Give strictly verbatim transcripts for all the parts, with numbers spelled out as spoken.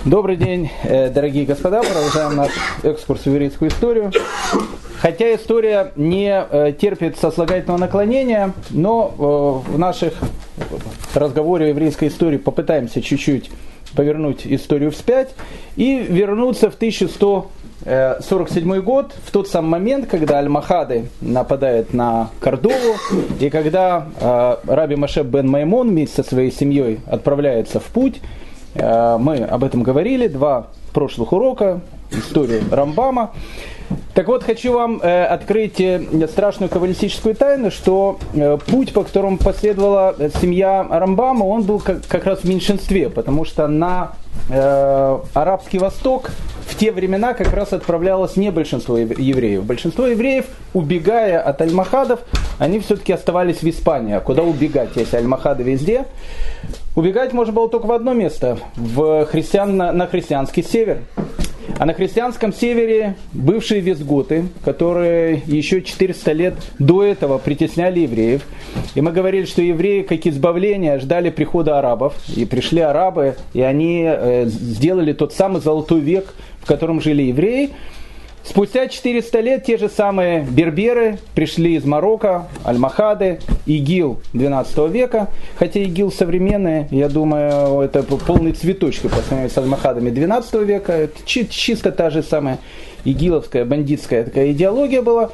Добрый день, дорогие господа. Продолжаем наш экскурс в еврейскую историю. Хотя история не терпит сослагательного наклонения, но в наших разговоре о еврейской истории попытаемся чуть-чуть повернуть историю вспять и вернуться в тысяча сто сорок седьмой год, в тот самый момент, когда Аль-Махады нападает на Кордову, и когда э, Раби Моше бен Маймон вместе со своей семьей отправляется в путь. Э, мы об этом говорили, два прошлых урока, историю Рамбама. Так вот, хочу вам э, открыть э, страшную каббалистическую тайну, что э, путь, по которому последовала семья Рамбама, он был как, как раз в меньшинстве, потому что на э, Арабский Восток в те времена как раз отправлялось не большинство евреев. Большинство евреев, убегая от Аль-Махадов, они все-таки оставались в Испании. А куда убегать, если Аль-Махады везде? Убегать можно было только в одно место, в христиан, на, на христианский север. А на христианском севере бывшие визготы, которые еще четыреста лет до этого притесняли евреев. И мы говорили, что евреи, как избавление, ждали прихода арабов. И пришли арабы, и они э, сделали тот самый золотой век, в котором жили евреи. Спустя четыреста лет те же самые берберы пришли из Марокко, Аль-Махады, ИГИЛ двенадцатого века. Хотя ИГИЛ современный, я думаю, это полный цветочек по сравнению с Аль-Махадами двенадцатого века. Это чисто та же самая игиловская, бандитская такая идеология была.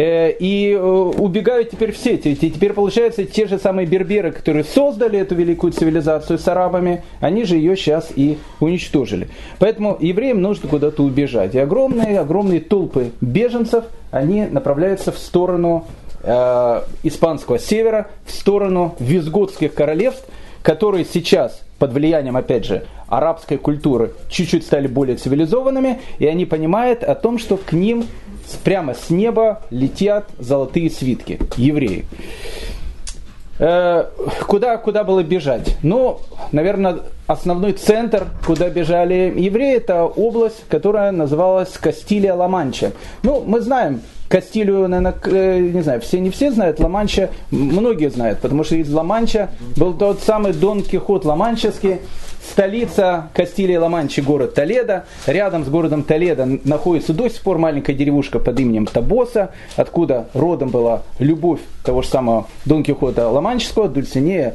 И убегают теперь все. Теперь получается те же самые берберы, которые создали эту великую цивилизацию с арабами, они же ее сейчас и уничтожили. Поэтому евреям нужно куда-то убежать. И огромные, огромные толпы беженцев, они направляются в сторону э, испанского севера, в сторону визготских королевств, которые сейчас под влиянием, опять же, арабской культуры чуть-чуть стали более цивилизованными, и они понимают о том, что к ним прямо с неба летят золотые свитки, евреи. Э, куда, куда было бежать? Ну, наверное, основной центр, куда бежали евреи, это область, которая называлась Кастилия-Ла-Манча. Ну, мы знаем, Кастилию, наверное, не знаю, все не все знают, Ла-Манча многие знают, потому что из Ла-Манча был тот самый Дон Кихот Ла-Манческий. Столица Кастилии-Ла-Манчи, город Толедо. Рядом с городом Толедо находится до сих пор маленькая деревушка под именем Тобоса, откуда родом была любовь того же самого Дон Кихота Ла-Манческого, Дульсинея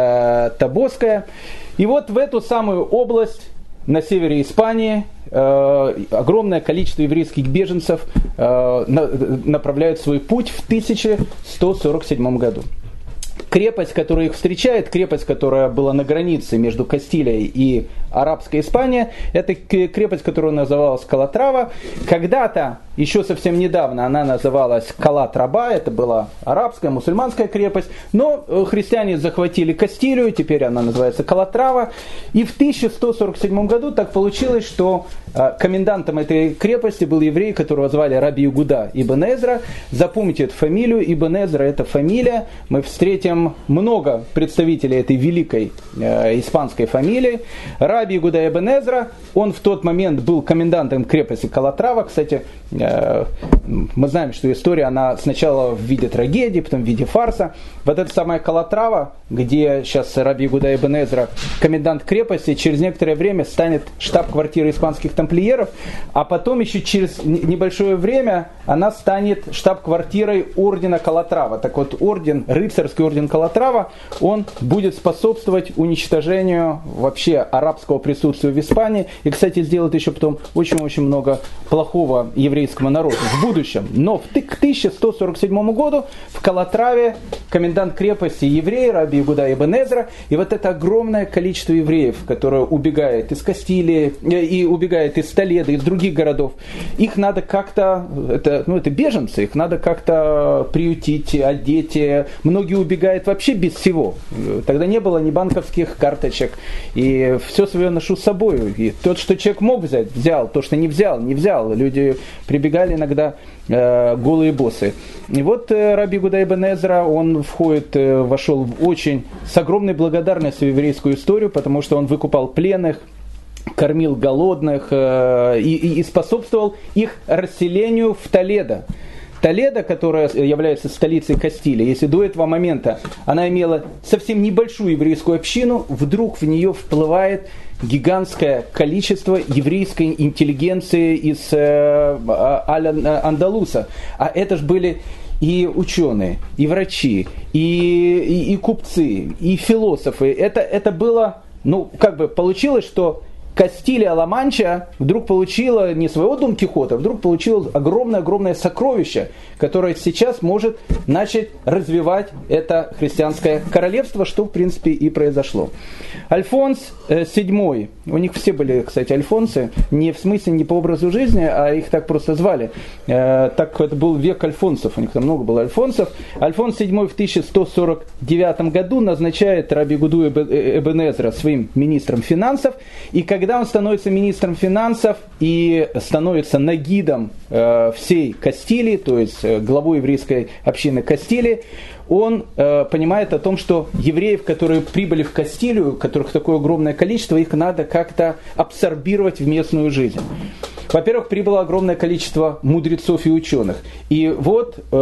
э, Тобосская. И вот в эту самую область на севере Испании э, огромное количество еврейских беженцев э, на, направляют свой путь в тысяча сто сорок седьмом году. Крепость, которая их встречает, крепость, которая была на границе между Кастилией и арабской Испанией, это крепость, которая называлась Калатрава. Когда-то, еще совсем недавно, она называлась Калатраба, это была арабская, мусульманская крепость, но христиане захватили Кастилию, теперь она называется Калатрава. И в тысяча сто сорок седьмом году так получилось, что комендантом этой крепости был еврей, которого звали Раби Ягуда ибн Эзра. Запомните эту фамилию, Ибн Эзра это фамилия, мы встретим много представителей этой великой э, испанской фамилии. Раби Ягуда ибн Эзра, он в тот момент был комендантом крепости Калатрава. Кстати, э, мы знаем, что история, она сначала в виде трагедии, потом в виде фарса. Вот эта самая Калатрава, где сейчас Раби Ягуда ибн Эзра, комендант крепости, через некоторое время станет штаб-квартирой испанских тамплиеров, а потом еще через небольшое время она станет штаб-квартирой ордена Калатрава. Так вот, орден, рыцарский орден Калатрава, он будет способствовать уничтожению вообще арабского присутствия в Испании. И, кстати, сделает еще потом очень-очень много плохого еврейскому народу в будущем. Но к тысяча сто сорок седьмому году в Калатраве комендант крепости еврей Раби Ягуда ибн Эзра. И вот это огромное количество евреев, которое убегает из Кастилии и убегает из Толедо, из других городов, их надо как-то, это, ну, это беженцы, их надо как-то приютить, одеть. Многие убегают вообще без всего. Тогда не было ни банковских карточек. И все свое ношу с собой. И тот, что человек мог взять, взял. То, что не взял, не взял. Люди прибегали иногда э, голые боссы. И вот э, Раби Ягуда ибн Эзра, он входит, э, вошел в очень, с огромной благодарностью в еврейскую историю, потому что он выкупал пленных, кормил голодных э, и, и способствовал их расселению в Толедо. Толедо, которая является столицей Кастилии, если до этого момента она имела совсем небольшую еврейскую общину, вдруг в нее вплывает гигантское количество еврейской интеллигенции из э, Аль-Андалуса. А это же были и ученые, и врачи, и, и, и купцы, и философы. Это, это было, ну, как бы получилось, что Кастилия-Ла-Манча вдруг получила не своего Дон Кихота, вдруг получила огромное-огромное сокровище, которое сейчас может начать развивать это христианское королевство, что, в принципе, и произошло. Альфонс седьмой, у них все были, кстати, альфонсы, не в смысле не по образу жизни, а их так просто звали. Так это был век альфонсов, у них там много было альфонсов. Альфонс седьмой в тысяча сто сорок девятом году назначает раби Гуду ибн Эзра своим министром финансов, и когда он становится министром финансов и становится нагидом всей Кастилии, то есть главой еврейской общины Кастилии, он э, понимает о том, что евреев, которые прибыли в Кастилию, которых такое огромное количество, их надо как-то абсорбировать в местную жизнь. Во-первых, прибыло огромное количество мудрецов и ученых. И вот э,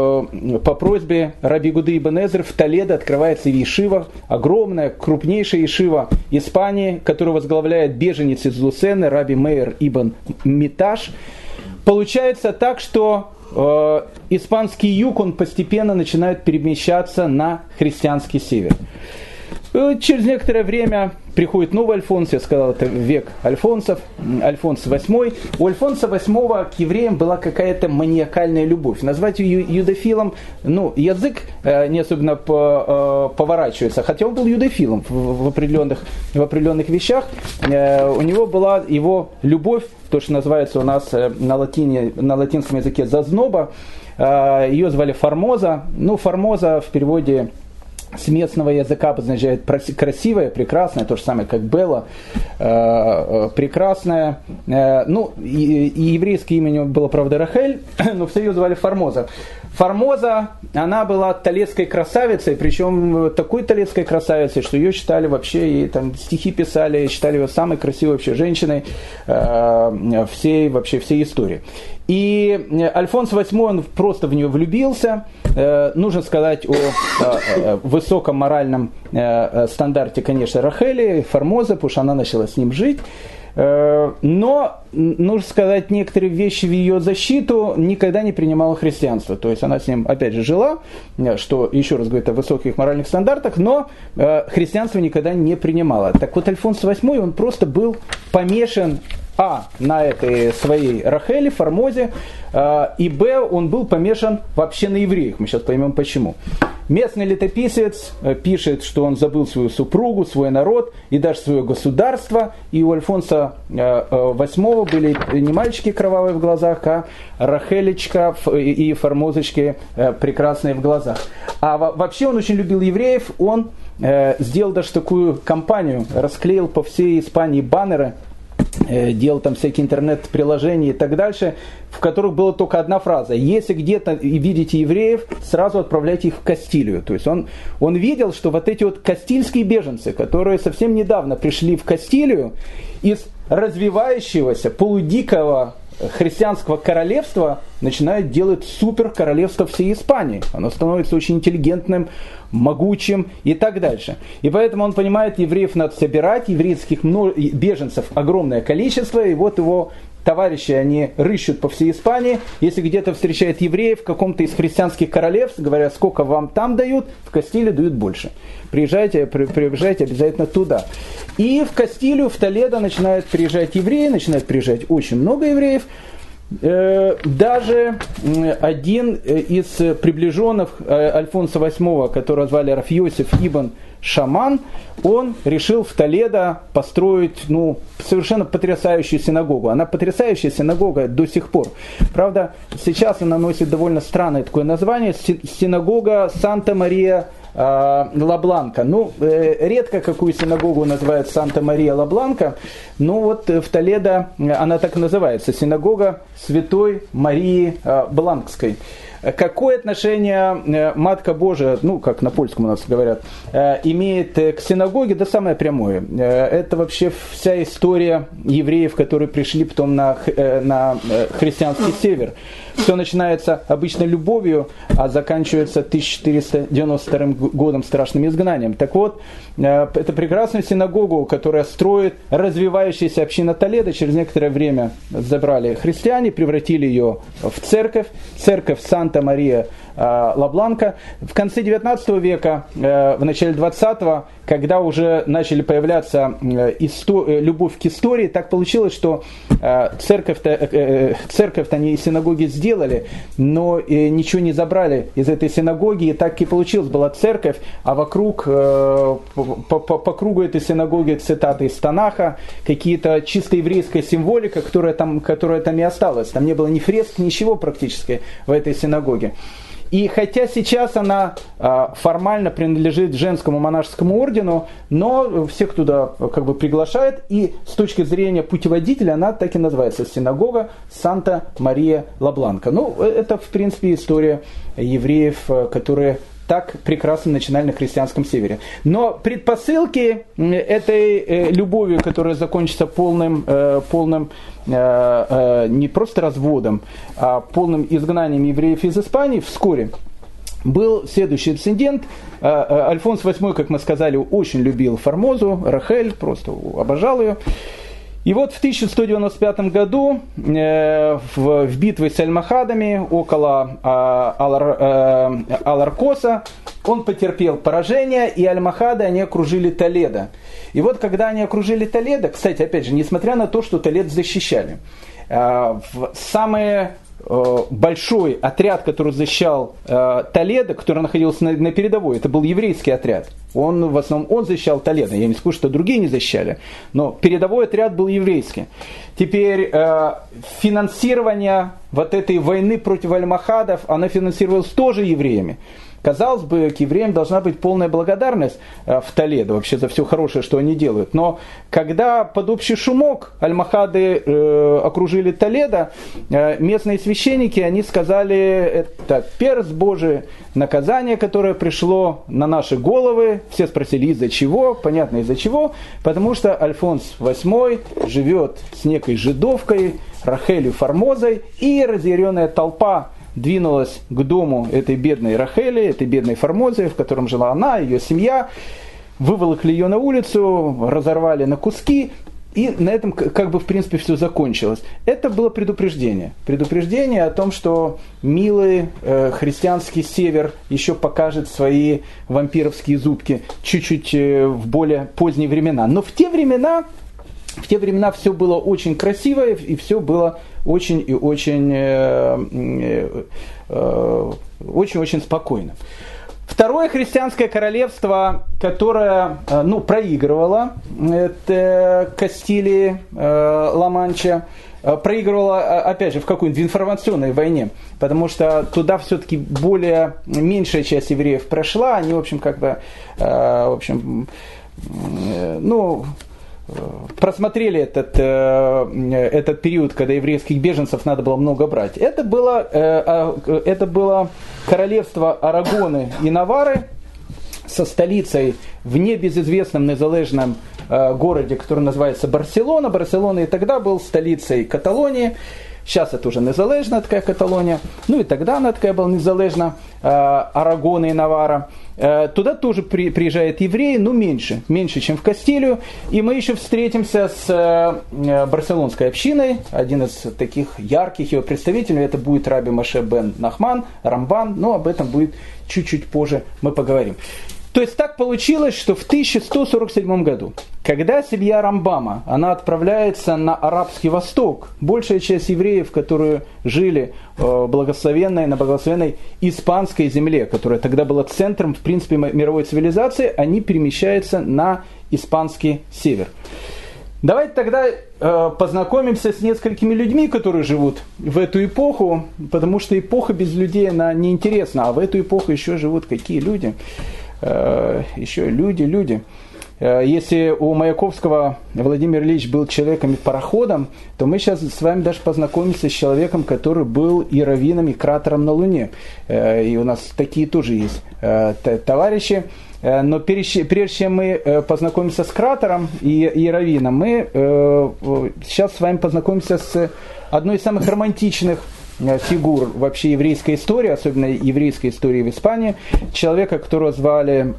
по просьбе раби Гуды ибн Эзры в Толедо открывается ешива, огромная, крупнейшая ешива Испании, которую возглавляет беженец из Лусены, раби Мейер ибн Миташ. Получается так, что э, испанский юг, он постепенно начинает перемещаться на христианский север. Через некоторое время приходит новый Альфонс, я сказал, это век Альфонсов, Альфонс восьмой. У Альфонса восьмого к евреям была какая-то маниакальная любовь. Назвать ее юдофилом, ну, язык не особенно поворачивается, хотя он был юдофилом в определенных, в определенных вещах. У него была его любовь, то, что называется у нас на, латине, на латинском языке зазноба. Ее звали Формоза. Ну, Формоза в переводе с местного языка обозначает красивая, прекрасная, то же самое, как Белла, э, прекрасная. Э, ну, и, и еврейское имя у него было, правда, Рахель, но все ее звали Формоза. Формоза, она была толедской красавицей, причем такой толедской красавицей, что ее считали вообще, и там стихи писали, считали ее самой красивой вообще женщиной э, всей, вообще всей истории. И Альфонс восьмой, он просто в нее влюбился. Э, нужно сказать о э, высоком моральном э, стандарте, конечно, Рахели, Формозы, потому что она начала с ним жить. Э, но, нужно сказать, некоторые вещи в ее защиту никогда не принимала христианство. То есть она с ним, опять же, жила, что еще раз говорит о высоких моральных стандартах, но э, христианство никогда не принимала. Так вот, Альфонс восьмой, он просто был помешан А, на этой своей Рахели, Формозе, и Б, он был помешан вообще на евреях. Мы сейчас поймем почему. Местный летописец пишет, что он забыл свою супругу, свой народ и даже свое государство. И у Альфонса восьмого были не мальчики кровавые в глазах, а Рахелечка и Формозочки прекрасные в глазах. А вообще он очень любил евреев. Он сделал даже такую кампанию, расклеил по всей Испании баннеры, делал там всякие интернет-приложения и так дальше, в которых была только одна фраза: если где-то видите евреев, сразу отправляйте их в Кастилию. То есть он, он видел, что вот эти вот кастильские беженцы, которые совсем недавно пришли в Кастилию, из развивающегося полудикого христианского королевства начинает делать супер королевство всей Испании. Оно становится очень интеллигентным, могучим и так дальше. И поэтому он понимает, евреев надо собирать, еврейских беженцев огромное количество, и вот его товарищи, они рыщут по всей Испании. Если где-то встречают евреев в каком-то из христианских королевств, говорят, сколько вам там дают, в Кастилию дают больше. Приезжайте, при, приезжайте обязательно туда. И в Кастилию, в Толедо начинают приезжать евреи, начинают приезжать очень много евреев. Даже один из приближенных Альфонса восьмого, которого звали Раф Йосеф ибн Шаман, он решил в Толедо построить, ну, совершенно потрясающую синагогу. Она потрясающая синагога до сих пор. Правда, сейчас она носит довольно странное такое название. Синагога Санта-Мария Ла-Бланка. Ну, редко какую синагогу называют Санта-Мария Ла-Бланка, но вот в Толедо она так и называется. Синагога Святой Марии Бланкской. какое отношение Матка Божия, ну, как на польском у нас говорят, имеет к синагоге? Да самое прямое. Это вообще вся история евреев, которые пришли потом на, на христианский север. Все начинается обычно любовью, а заканчивается тысяча четыреста девяносто вторым годом страшным изгнанием. Так вот, это прекрасную синагогу, которая строит развивающаяся община Толедо, через некоторое время забрали христиане, превратили ее в церковь, церковь Санта-Мария Ла-Бланка. В конце девятнадцатого века, в начале двадцатого, когда уже начали появляться любовь к истории, так получилось, что церковь-то, церковь-то они из синагоги сделали, но ничего не забрали из этой синагоги, и так и получилось, была церковь, а вокруг, по, по, по кругу этой синагоги цитаты из Танаха, какие-то чисто еврейская символика, которая там, которая там и осталась. Там не было ни фреск, ничего практически в этой синагоге. И хотя сейчас она а, формально принадлежит женскому монашескому ордену, но всех туда как бы приглашает, и с точки зрения путеводителя она так и называется — синагога Санта-Мария Ла-Бланка. Ну, это, в принципе, история евреев, которые так прекрасно начинали на христианском севере. Но предпосылки этой любови, которая закончится полным, полным не просто разводом, а полным изгнанием евреев из Испании, вскоре был следующий инцидент. Альфонс восьмой, как мы сказали, очень любил Формозу, Рахель, просто обожал ее. И вот в тысяча сто девяносто пятом году э, в, в битве с альмахадами около э, Алар, э, Аларкоса он потерпел поражение, и альмахады они окружили Толедо. И вот когда они окружили Толедо, кстати, опять же, несмотря на то, что Толедо защищали, э, в самые большой отряд, который защищал э, Толедо, который находился на, на передовой, это был еврейский отряд. Он, в основном, он защищал Толедо. Я не скажу, что другие не защищали, но передовой отряд был еврейский. Теперь э, финансирование вот этой войны против альмахадов, оно финансировалось тоже евреями. Казалось бы, к евреям должна быть полная благодарность в Толедо вообще за все хорошее, что они делают. Но когда под общий шумок альмахады э, окружили Толедо, э, местные священники, они сказали: это перст Божий, наказание, которое пришло на наши головы. Все спросили, из-за чего? Понятно, из-за чего. Потому что Альфонс восьмой живет с некой жидовкой, Рахелью Формозой, и разъяренная толпа двинулась к дому этой бедной Рахели, этой бедной Формозы, в котором жила она, ее семья, выволокли ее на улицу, разорвали на куски, и на этом как бы в принципе все закончилось. Это было предупреждение. Предупреждение о том, что милый э, христианский север еще покажет свои вампировские зубки чуть-чуть э, в более поздние времена. Но в те времена В те времена все было очень красиво, и все было очень и очень, очень-очень спокойно. Второе христианское королевство, которое ну, проигрывало, это Кастилии, Ла-Манча, проигрывала, опять же, в какой-нибудь информационной войне, потому что туда все-таки более меньшая часть евреев прошла, они, в общем, как бы, в общем, ну, просмотрели этот, этот период, когда еврейских беженцев надо было много брать. Это было, это было королевство Арагоны и Навары со столицей в небезызвестном незалежном городе, который называется Барселона. Барселона и тогда был столицей Каталонии. Сейчас это уже незалежная такая Каталония. Ну и тогда она такая была незалежна, Арагона и Навара. Туда тоже при, приезжают евреи, но меньше, меньше, чем в Кастилию. И мы еще встретимся с барселонской общиной. Один из таких ярких ее представителей, это будет Раби Моше бен Нахман, Рамбан. Но об этом будет чуть-чуть позже, мы поговорим. То есть так получилось, что в тысяча сто сорок седьмом году, когда семья Рамбама, она отправляется на Арабский Восток, большая часть евреев, которые жили в благословенной, на благословенной испанской земле, которая тогда была центром, в принципе, мировой цивилизации, они перемещаются на испанский север. Давайте тогда э, познакомимся с несколькими людьми, которые живут в эту эпоху, потому что эпоха без людей, она неинтересна, а в эту эпоху еще живут какие люди? Еще люди, люди. Если у Маяковского Владимир Ильич был человеком и пароходом, то мы сейчас с вами даже познакомимся с человеком, который был и раввином, и кратером на Луне. И у нас такие тоже есть товарищи. Но прежде чем мы познакомимся с кратером и, и раввином, мы сейчас с вами познакомимся с одной из самых романтичных фигур вообще еврейской истории, особенно еврейской истории в Испании, человека, которого звали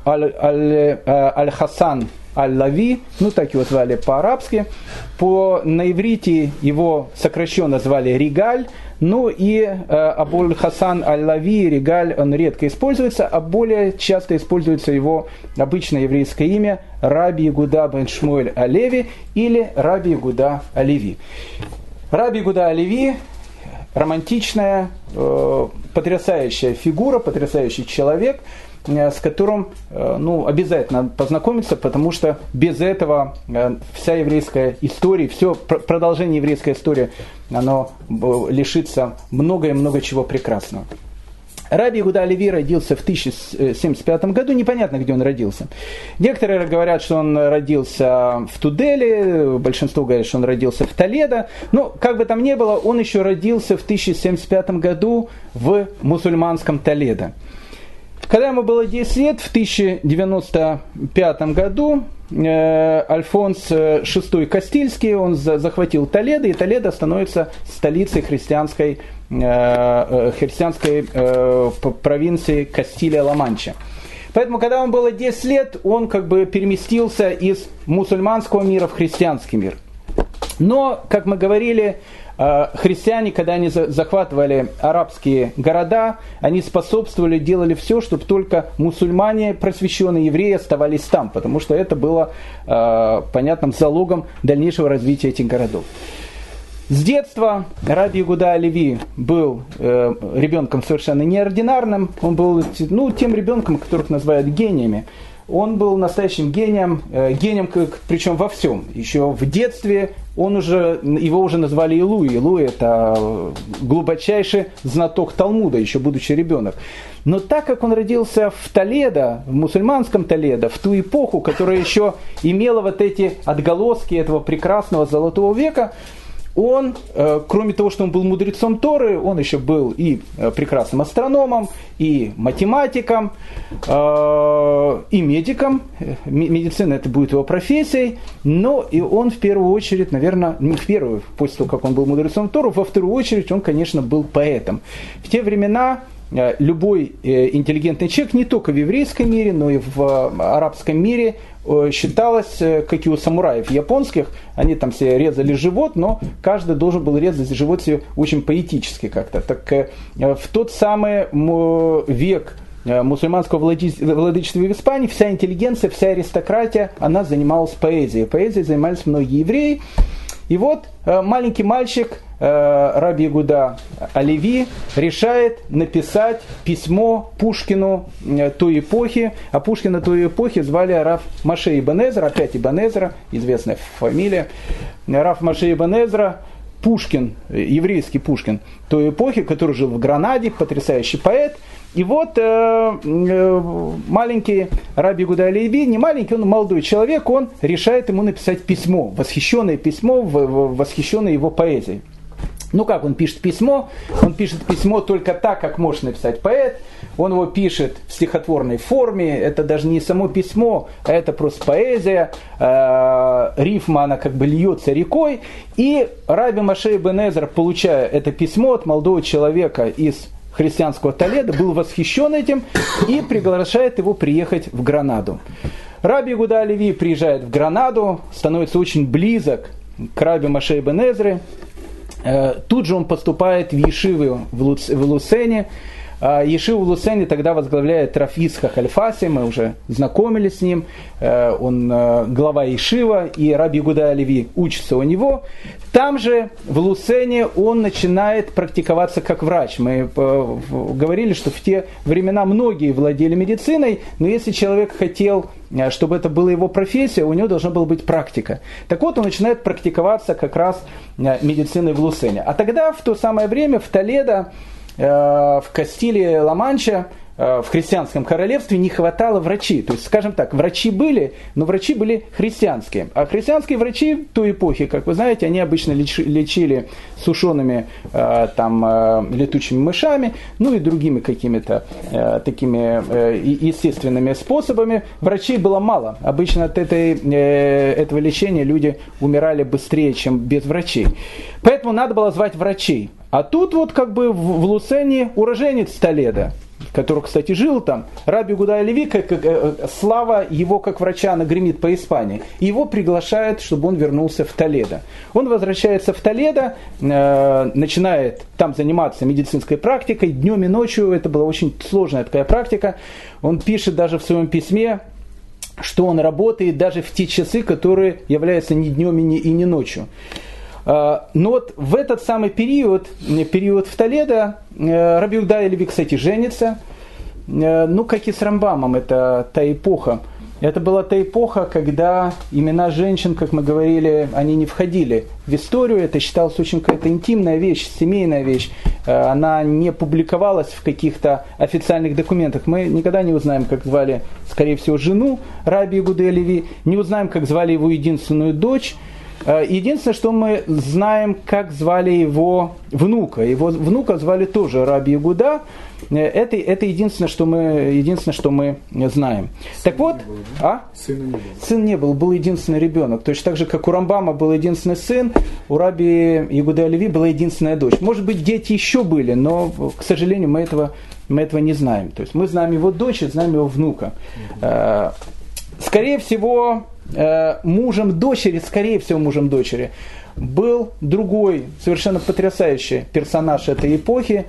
Аль-Хасан Аль-Лави, ну так его звали по-арабски, по, на иврите его сокращенно звали Ригаль, ну и э, Абуль-Хасан Аль-Лави, Ригаль, он редко используется, а более часто используется его обычное еврейское имя Раби Ягуда бен Шмуэль Алеви или Раби Ягуда Алеви. Раби Ягуда Алеви — романтичная, э, потрясающая фигура, потрясающий человек, э, с которым э, ну, обязательно познакомиться, потому что без этого э, вся еврейская история, все пр- продолжение еврейской истории, оно э, лишится много и много чего прекрасного. Раби Ягуда Алеви родился в тысяча семьдесят пятом году, непонятно, где он родился. Некоторые говорят, что он родился в Туделе, большинство говорят, что он родился в Толедо. Но, как бы там ни было, он еще родился в тысяча семьдесят пятом году в мусульманском Толедо. Когда ему было десять лет, в тысяча девяносто пятом году, э, Альфонс шестой Кастильский, он за, захватил Толедо, и Толедо становится столицей христианской, э, христианской э, провинции Кастилия-Ла-Манча. Поэтому, когда ему было десять лет, он как бы переместился из мусульманского мира в христианский мир. Но, как мы говорили, христиане, когда они захватывали арабские города, они способствовали, делали все, чтобы только мусульмане, просвещенные евреи оставались там, потому что это было понятным залогом дальнейшего развития этих городов. С детства Раби Ягуда Алеви был э, ребенком совершенно неординарным, он был ну, тем ребенком, которых называют гениями. Он был настоящим гением, э, гением, причем во всем. Еще в детстве он уже, его уже назвали Илуи. Илуи — это глубочайший знаток Талмуда, еще будучи ребенок. Но так как он родился в Толедо, в мусульманском Толедо, в ту эпоху, которая еще имела вот эти отголоски этого прекрасного золотого века, он, кроме того, что он был мудрецом Торы, он еще был и прекрасным астрономом, и математиком, и медиком. Медицина — это будет его профессией, но и он в первую очередь, наверное, не в первую, после того, как он был мудрецом Торы, во вторую очередь он, конечно, был поэтом. В те времена любой интеллигентный человек, не только в еврейском мире, но и в арабском мире, считалось, как и у самураев японских, они там себе резали живот, но каждый должен был резать живот себе очень поэтически как-то. Так в тот самый век мусульманского владычества в Испании вся интеллигенция, вся аристократия, она занималась поэзией. Поэзией занимались многие евреи. И вот маленький мальчик Раби Ягуда Алеви решает написать письмо Пушкину той эпохи. А Пушкина той эпохи звали Раф Моше ибн Эзра, опять ибн Эзра, известная фамилия. Раф Моше ибн Эзра, Пушкин, еврейский Пушкин той эпохи, который жил в Гранаде, потрясающий поэт. И вот э, э, маленький Раби Ягуда Алеви, не маленький, он молодой человек, он решает ему написать письмо, восхищенное письмо, восхищенное его поэзией. Ну как он пишет письмо? Он пишет письмо только так, как может написать поэт. Он его пишет в стихотворной форме. Это даже не само письмо, а это просто поэзия. Э, рифма, она как бы льется рекой. И Раби Моше ибн Эзра, получая это письмо от молодого человека из христианского Толедо, был восхищен этим и приглашает его приехать в Гранаду. Раби Ягуда Алеви приезжает в Гранаду, становится очень близок к Раби Моше ибн Эзре. Тут же он поступает в Ешиву в Лусене. Ешиву в Лусене тогда возглавляет Рав Ицхак Аль-Фаси, мы уже знакомились с ним. Он глава Ешива, и Раби Ягуда Алеви учится у него. Там же, в Лусене, он начинает практиковаться как врач. Мы говорили, что в те времена многие владели медициной, но если человек хотел, чтобы это была его профессия, у него должна была быть практика. Так вот, он начинает практиковаться как раз медициной в Лусене. А тогда, в то самое время, в Толедо, в Кастилии Ла-Манча, в христианском королевстве не хватало врачей. То есть, скажем так, врачи были, но врачи были христианские. А христианские врачи той эпохи, как вы знаете, они обычно лечили сушеными там, летучими мышами, ну и другими какими-то такими естественными способами. Врачей было мало. Обычно от этой, этого лечения люди умирали быстрее, чем без врачей. Поэтому надо было звать врачей. А тут вот как бы в Луцене уроженец Толедо, который, кстати, жил там, Раби Иуда Алеви, как, как, слава его как врача, она гремит по Испании. И его приглашают, чтобы он вернулся в Толедо. Он возвращается в Толедо, э, начинает там заниматься медицинской практикой, днем и ночью. Это была очень сложная такая практика. Он пишет даже в своем письме, что он работает даже в те часы, которые являются не днем и не, и не ночью. Но вот в этот самый период, период в Толедо, Раби Иуда Алеви, кстати, женится. Ну, как и с Рамбамом, это та эпоха. Это была та эпоха, когда имена женщин, как мы говорили, они не входили в историю. Это считалось очень какая-то интимная вещь, семейная вещь. Она не публиковалась в каких-то официальных документах. Мы никогда не узнаем, как звали, скорее всего, жену Раби Иуды Алеви. Не узнаем, как звали его единственную дочь. Единственное, что мы знаем, как звали его внука. Его внука звали тоже Раби Иуда. Это, это единственное, что мы, единственное, что мы знаем. Сына так вот, не было, да? а? Сына не было. Сын не был, был единственный ребенок. Точно так же, как у Рамбама был единственный сын, у Раби Иуды Алеви была единственная дочь. Может быть, дети еще были, но, к сожалению, мы этого, мы этого не знаем. То есть мы знаем его дочь и знаем его внука. Угу. Скорее всего, мужем дочери, скорее всего, мужем дочери, был другой совершенно потрясающий персонаж этой эпохи,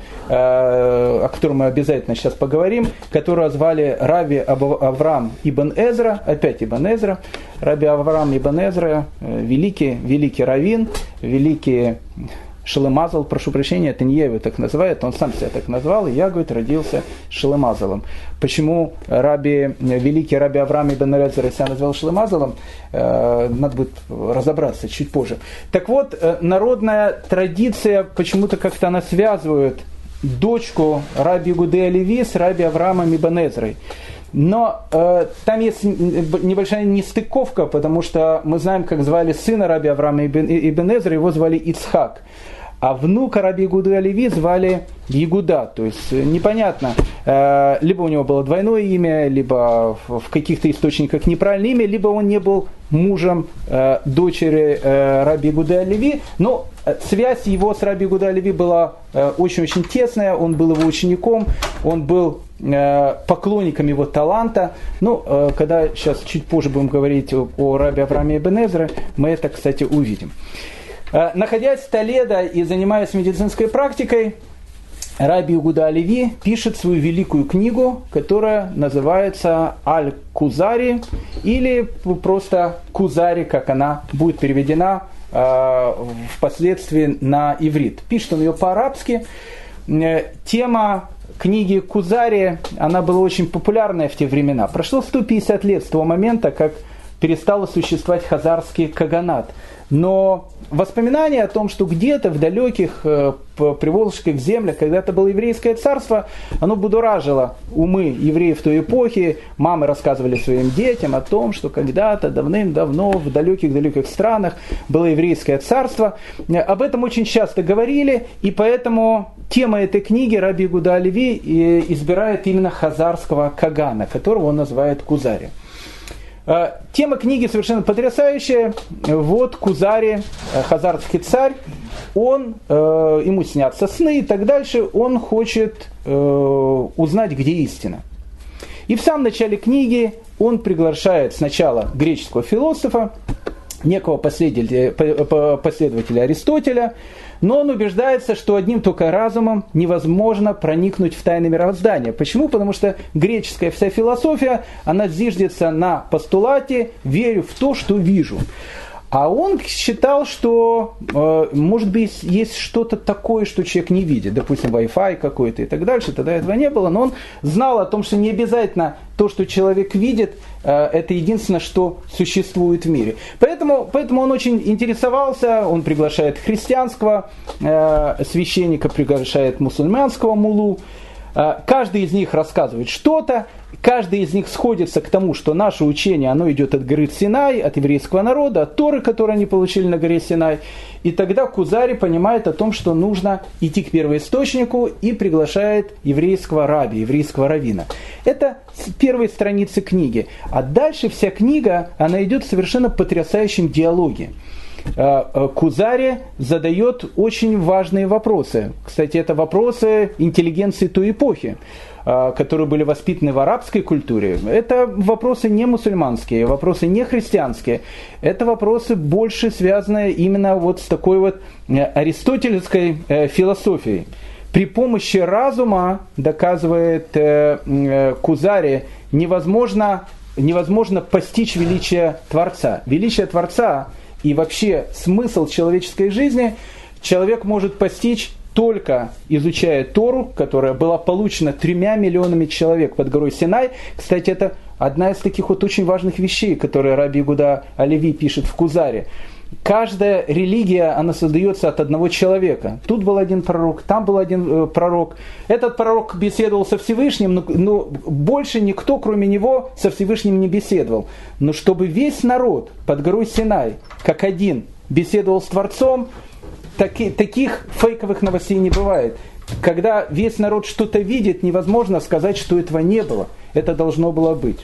о котором мы обязательно сейчас поговорим, которого звали Раби Авраам ибн Эзра, опять ибн Эзра, Раби Авраам ибн Эзра, великий, великий раввин, великий Шелемазал, прошу прощения, это не я его так называю, он сам себя так назвал, и я, говорит, родился Шелемазалом. Почему раби, великий Раби Авраам ибн Эзра себя назвал Шелемазалом, э, надо будет разобраться чуть позже. Так вот, э, народная традиция, почему-то как-то она связывает дочку Раби Иуды Алеви с Раби Авраамом ибн Эзрой. Но э, там есть небольшая нестыковка, потому что мы знаем, как звали сына Раби Авраама ибн, ибн Эзры, его звали Ицхак. А внука Раби Иуды Алеви звали Егуда. То есть непонятно, э, либо у него было двойное имя, либо в каких-то источниках неправильное имя, либо он не был мужем э, дочери э, Раби Иуды Алеви. Но связь его с Раби Иуды Алеви была э, очень-очень тесная, он был его учеником, он был э, поклонником его таланта. Ну, э, когда сейчас чуть позже будем говорить о, о Раби Аврааме ибн Эзре, мы это, кстати, увидим. Находясь в Толедо и занимаясь медицинской практикой, Раби Иуда Алеви пишет свою великую книгу, которая называется «Аль-Кузари» или просто «Кузари», как она будет переведена э, впоследствии на иврит. Пишет он ее по-арабски. Тема книги «Кузари», она была очень популярная в те времена. Прошло сто пятьдесят лет с того момента, как перестал существовать хазарский каганат. Но воспоминания о том, что где-то в далеких э, приволжских землях когда-то было еврейское царство, оно будоражило умы евреев той эпохи. Мамы рассказывали своим детям о том, что когда-то давным-давно в далеких-далеких странах было еврейское царство. Об этом очень часто говорили, и поэтому тема этой книги Раби Иуда Алеви избирает именно хазарского кагана, которого он называет Кузари. Тема книги совершенно потрясающая. Вот Кузари, хазарский царь, он, э, ему снятся сны и так дальше, он хочет э, узнать, где истина. И в самом начале книги он приглашает сначала греческого философа, некого последователя, последователя Аристотеля, но он убеждается, что одним только разумом невозможно проникнуть в тайны мироздания. Почему? Потому что греческая вся философия, она зиждется на постулате «верю в то, что вижу». А он считал, что, э, может быть, есть что-то такое, что человек не видит. Допустим, Wi-Fi какой-то и так дальше. Тогда этого не было. Но он знал о том, что не обязательно то, что человек видит, э, это единственное, что существует в мире. Поэтому, поэтому он очень интересовался. Он приглашает христианского э, священника, приглашает мусульманского муллу. Каждый из них рассказывает что-то, каждый из них сходится к тому, что наше учение, оно идет от горы Синай, от еврейского народа, от Торы, которую они получили на горе Синай. И тогда Кузари понимает о том, что нужно идти к первоисточнику, и приглашает еврейского раби, еврейского раввина. Это с первой страницы книги. А дальше вся книга, она идет в совершенно потрясающем диалоге. Кузари задает очень важные вопросы. Кстати, это вопросы интеллигенции той эпохи, которые были воспитаны в арабской культуре. Это вопросы не мусульманские, вопросы не христианские. Это вопросы больше связанные именно вот с такой вот аристотельской философией. При помощи разума, доказывает Кузари, невозможно, невозможно постичь величие Творца. Величие Творца и вообще смысл человеческой жизни человек может постичь только изучая Тору, которая была получена тремя миллионами человек под горой Синай. Кстати, это одна из таких вот очень важных вещей, которые Раби Иуда а-Леви пишет в Кузаре. Каждая религия, она создается от одного человека. Тут был один пророк, там был один э, пророк. Этот пророк беседовал со Всевышним, но, но больше никто, кроме него, со Всевышним не беседовал. Но чтобы весь народ под горой Синай, как один, беседовал с Творцом, таки, таких фейковых новостей не бывает. Когда весь народ что-то видит, невозможно сказать, что этого не было. Это должно было быть.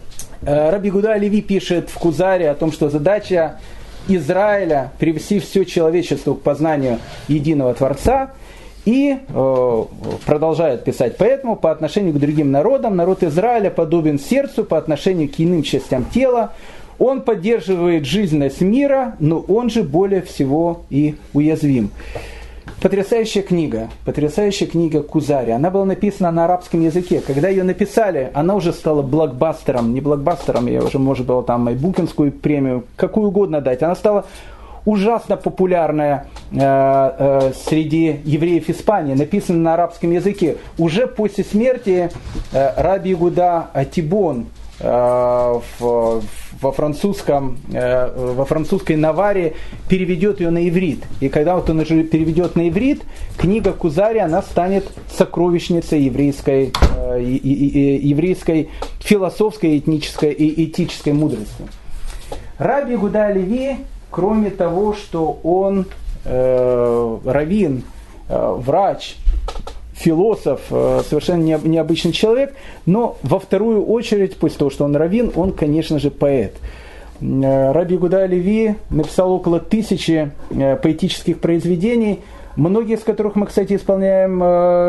Раби Иуда а-Леви пишет в Кузаре о том, что задача Израиля привести все человечество к познанию единого Творца, и э, продолжает писать: поэтому по отношению к другим народам народ Израиля подобен сердцу по отношению к иным частям тела. Он поддерживает жизненность мира, но он же более всего и уязвим. Потрясающая книга, потрясающая книга Кузари. Она была написана на арабском языке. Когда ее написали, она уже стала блокбастером. Не блокбастером, я уже, может было, там и Букинскую премию, какую угодно дать. Она стала ужасно популярная э, э, среди евреев Испании, написана на арабском языке. Уже после смерти э, Раби Иуда а-Тибон э, в, во, французском, э, во французской Наваре переведет ее на иврит. И когда вот он уже переведет на иврит, книга Кузари, она станет сокровищницей еврейской, э, и, и, и, еврейской философской, этнической и этической мудрости. Раби Иуда а-Леви, кроме того, что он э, раввин, э, врач, философ, э, совершенно необычный человек, но во вторую очередь, после того, что он раввин, он, конечно же, поэт. Э, Раби Иуда а-Леви написал около тысячи э, поэтических произведений, многие из которых мы, кстати, исполняем э,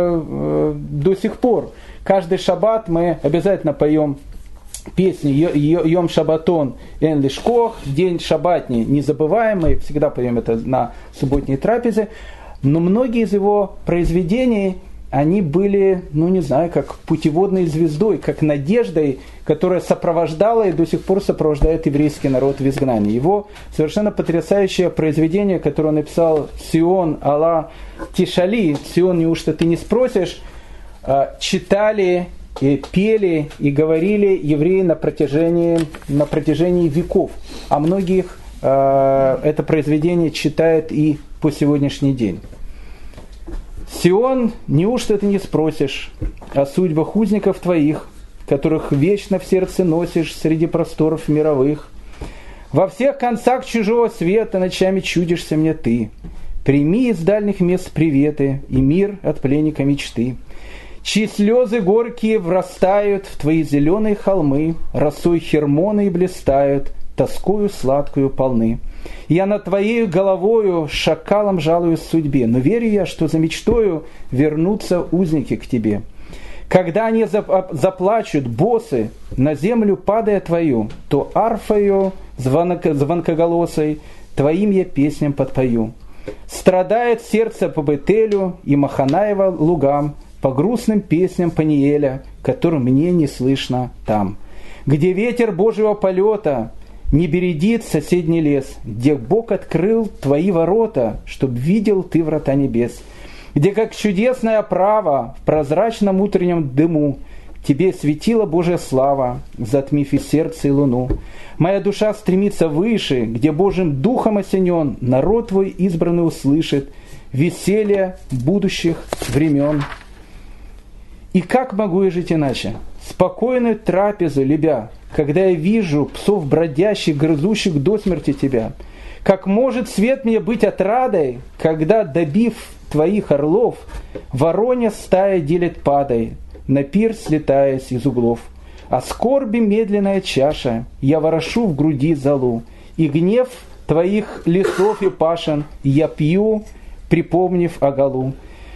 э, до сих пор. Каждый шаббат мы обязательно поем песни «Йом Шабатон Эн Лишкох», «День шаббатний незабываемый», всегда поем это на субботней трапезе, но многие из его произведений, они были, ну не знаю, как путеводной звездой, как надеждой, которая сопровождала и до сих пор сопровождает еврейский народ в изгнании. Его совершенно потрясающее произведение, которое он написал «Сион Алла Тишали», «Сион, неужто ты не спросишь», читали и пели, и говорили евреи на протяжении, на протяжении веков. А многих э, это произведение читают и по сегодняшний день. «Сион, неужто ты не спросишь о судьбах узников твоих, которых вечно в сердце носишь среди просторов мировых? Во всех концах чужого света ночами чудишься мне ты. Прими из дальних мест приветы и мир от пленника мечты. Чьи слезы горькие врастают в твои зеленые холмы, росой Хермоны и блистают, тоскою сладкую полны. Я над твоей головою шакалом жалуюсь судьбе, но верю я, что за мечтою вернутся узники к тебе. Когда они заплачут, босы, на землю падая твою, то арфою звонкоголосой твоим я песням подпою. Страдает сердце по Бетелю и Маханаева лугам, по грустным песням Паниеля, которым мне не слышно там. Где ветер Божьего полета не бередит соседний лес, где Бог открыл твои ворота, чтоб видел ты врата небес, где, как чудесная оправа в прозрачном утреннем дыму, тебе светила Божья слава, затмив и сердце, и луну. Моя душа стремится выше, где Божьим духом осенен, народ твой избранный услышит веселье будущих времен. И как могу я жить иначе? Спокойную трапезу любя, когда я вижу псов бродящих, грызущих до смерти тебя. Как может свет мне быть отрадой, когда, добив твоих орлов, воронья стая делит падай, на пир слетаясь из углов. А скорби медленная чаша, я ворошу в груди золу, и гнев твоих лесов и пашен я пью, припомнив о голу.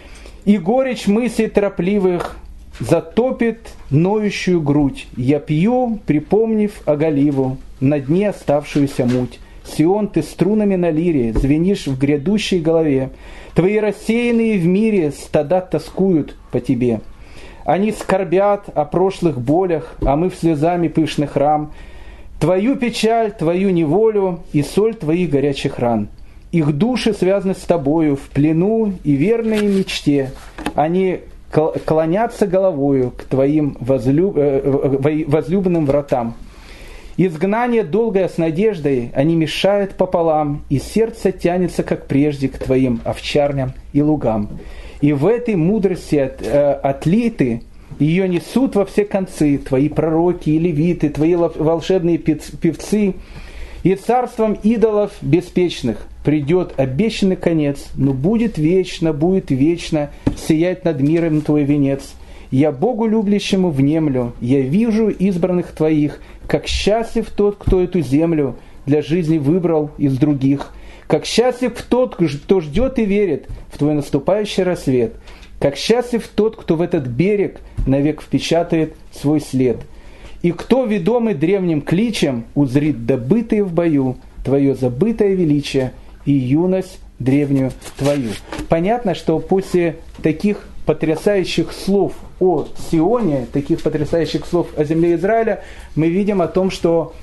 И горечь мыслей торопливых затопит ноющую грудь, я пью, припомнив оголиву, на дне оставшуюся муть. Сион, ты струнами на лире звенишь в грядущей голове, твои рассеянные в мире стада тоскуют по тебе. Они скорбят о прошлых болях, а мы в слезами пышных рам. Твою печаль, твою неволю и соль твоих горячих ран. Их души связаны с тобою в плену и верной мечте. Они клонятся головою к твоим возлюб... возлюбленным вратам. Изгнание долгое с надеждой они мешают пополам, и сердце тянется, как прежде, к твоим овчарням и лугам. И в этой мудрости от, э, отлиты, ее несут во все концы твои пророки и левиты, твои волшебные певцы, и царством идолов беспечных придет обещанный конец, но будет вечно, будет вечно сиять над миром твой венец. Я Богу любящему внемлю, я вижу избранных твоих, как счастлив тот, кто эту землю для жизни выбрал из других. Как счастлив тот, кто ждет и верит в твой наступающий рассвет. Как счастлив тот, кто в этот берег навек впечатает свой след. И кто, ведомый древним кличем, узрит добытые в бою твое забытое величие и юность древнюю твою. Понятно, что после таких потрясающих слов о Сионе, таких потрясающих слов о земле Израиля, мы видим о том, что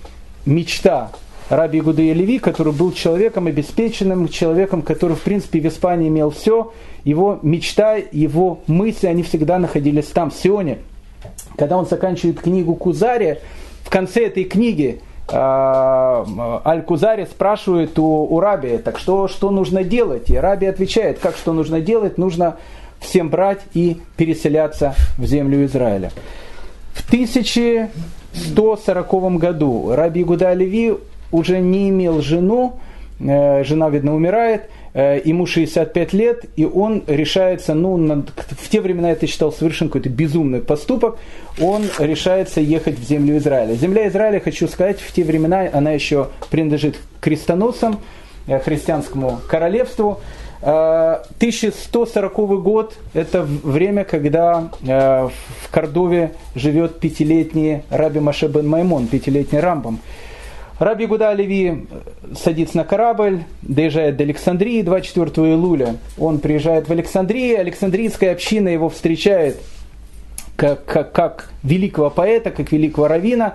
мечта раби Иудея Леви, который был человеком обеспеченным, человеком, который в принципе в Испании имел все, его мечта, его мысли, они всегда находились там, в Сионе. Когда он заканчивает книгу Кузари, в конце этой книги Аль-Кузари спрашивает у, у раби, так что, что нужно делать? И раби отвечает, как что нужно делать? Нужно всем брать и переселяться в землю Израиля. В тысяча сто сороковом году раби Иуда Леви уже не имел жену, жена, видно, умирает, ему шестьдесят пять лет, и он решается, ну, в те времена это считал совершенно какой-то безумный поступок, он решается ехать в землю Израиля. Земля Израиля, хочу сказать, в те времена она еще принадлежит крестоносцам, христианскому королевству. тысяча сто сороковый год – это время, когда в Кордове живет пятилетний раби Моше бен Маймон, пятилетний Рамбам. Раби Иуда Леви садится на корабль, доезжает до Александрии двадцать четвёртого июля. Он приезжает в Александрию, Александрийская община его встречает как, как, как великого поэта, как великого раввина.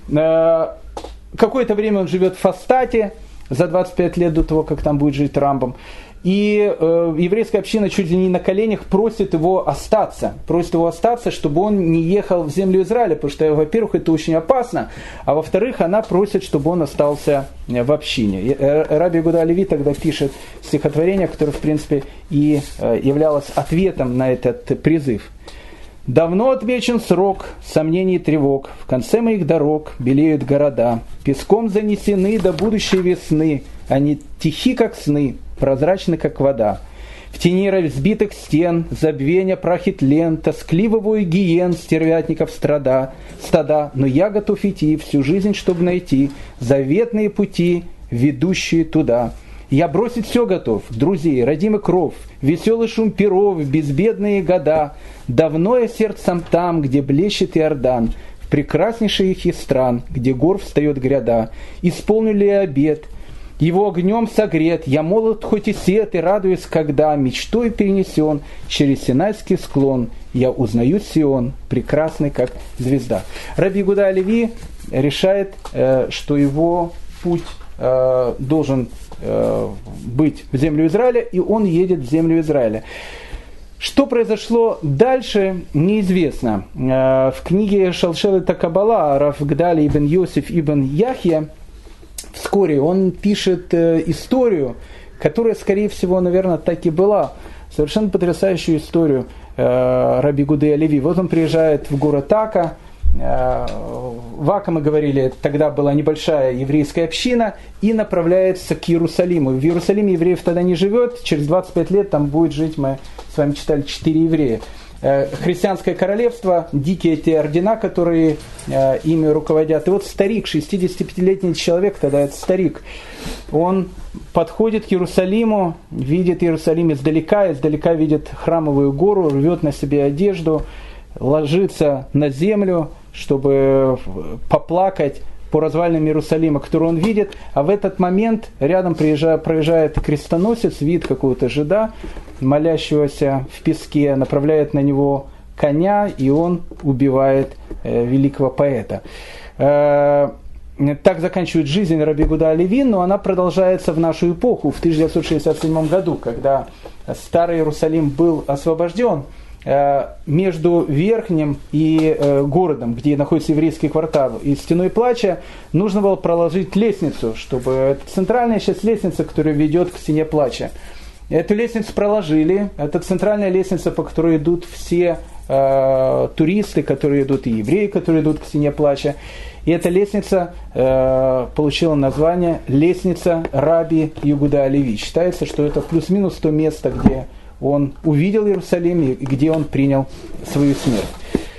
Какое-то время он живет в Фастате, за двадцать пять лет до того, как там будет жить Рамбам. И э, еврейская община чуть ли не на коленях просит его остаться. Просит его остаться, чтобы он не ехал в землю Израиля, потому что, во-первых, это очень опасно, а во-вторых, она просит, чтобы он остался в общине. И, э, раби Иуда Леви тогда пишет стихотворение, которое, в принципе, и э, являлось ответом на этот призыв. «Давно отмечен срок сомнений и тревог, в конце моих дорог белеют города, песком занесены до будущей весны, они тихи, как сны, прозрачны, как вода. В тени разбитых стен, забвения прахит лен, тоскливого гиен, стервятников страда, стада, но я готов идти всю жизнь, чтобы найти заветные пути, ведущие туда. Я бросить все готов, друзей, родимый кров, веселый шум перов, безбедные года. Давно я сердцем там, где блещет Иордан, в прекраснейших их стран, где гор встает гряда. Исполню ли я обет, его огнем согрет, я молод хоть и сед, и радуюсь, когда мечтой перенесен через Синайский склон, я узнаю Сион, прекрасный, как звезда. Раби Иуда Леви решает, что его путь должен быть в землю Израиля, и он едет в землю Израиля. Что произошло дальше, неизвестно. В книге Шалшелет Каббала Рав Гдали ибн Йосиф ибн Яхья вскоре он пишет историю, которая, скорее всего, наверное, так и была. Совершенно потрясающую историю. Раби Гудей Алеви. Вот он приезжает в город Ака. В Ака, мы говорили, тогда была небольшая еврейская община, и направляется к Иерусалиму. В Иерусалиме евреев тогда не живет, через двадцать пять лет там будет жить, мы с вами читали, четыре еврея. Христианское королевство, дикие эти ордена, которые э, ими руководят. И вот старик, шестидесятипятилетний человек, тогда это старик, он подходит к Иерусалиму, видит Иерусалим издалека, издалека видит храмовую гору, рвет на себе одежду, ложится на землю, чтобы поплакать по развалинам Иерусалима, который он видит, а в этот момент рядом проезжает, проезжает крестоносец, вид какого-то жида, молящегося в песке, направляет на него коня, и он убивает э, великого поэта. Э, так заканчивает жизнь Раби Гуда Алеви, но она продолжается в нашу эпоху, в тысяча девятьсот шестьдесят седьмом году, когда Старый Иерусалим был освобожден. Между Верхним и э, городом, где находится еврейский квартал, и Стеной Плача, нужно было проложить лестницу, чтобы... Это центральная часть лестницы, которая ведет к Стене Плача. Эту лестницу проложили. Это центральная лестница, по которой идут все э, туристы, которые идут, и евреи, которые идут к Стене Плача. И эта лестница э, получила название «Лестница Раби Иуда Алеви». Считается, что это плюс-минус то место, где он увидел Иерусалим и где он принял свою смерть.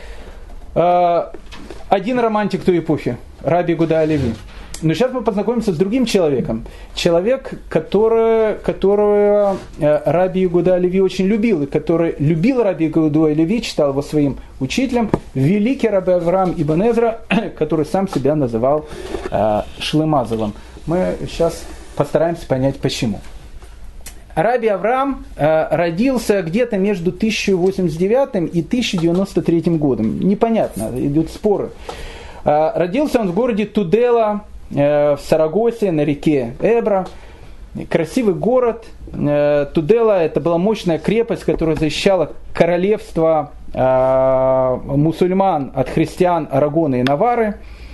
Один романтик той эпохи, Раби Гуда Алеви. Но сейчас мы познакомимся с другим человеком. Человек, который, которого Раби Гуда Алеви очень любил, и который любил Раби Гуду Алеви, считал его своим учителем, великий Раби Авраам ибн Эзра, который сам себя называл Шлемазовым. Мы сейчас постараемся понять, почему. Раби Авраам э, родился где-то между тысяча восемьдесят девятым и тысяча девяносто третьим годом. Непонятно, идут споры. Э, родился он в городе Тудела, э, в Сарагосе, на реке Эбра. Красивый город. Э, Тудела – это была мощная крепость, которая защищала королевство э, мусульман от христиан Арагона и Навары.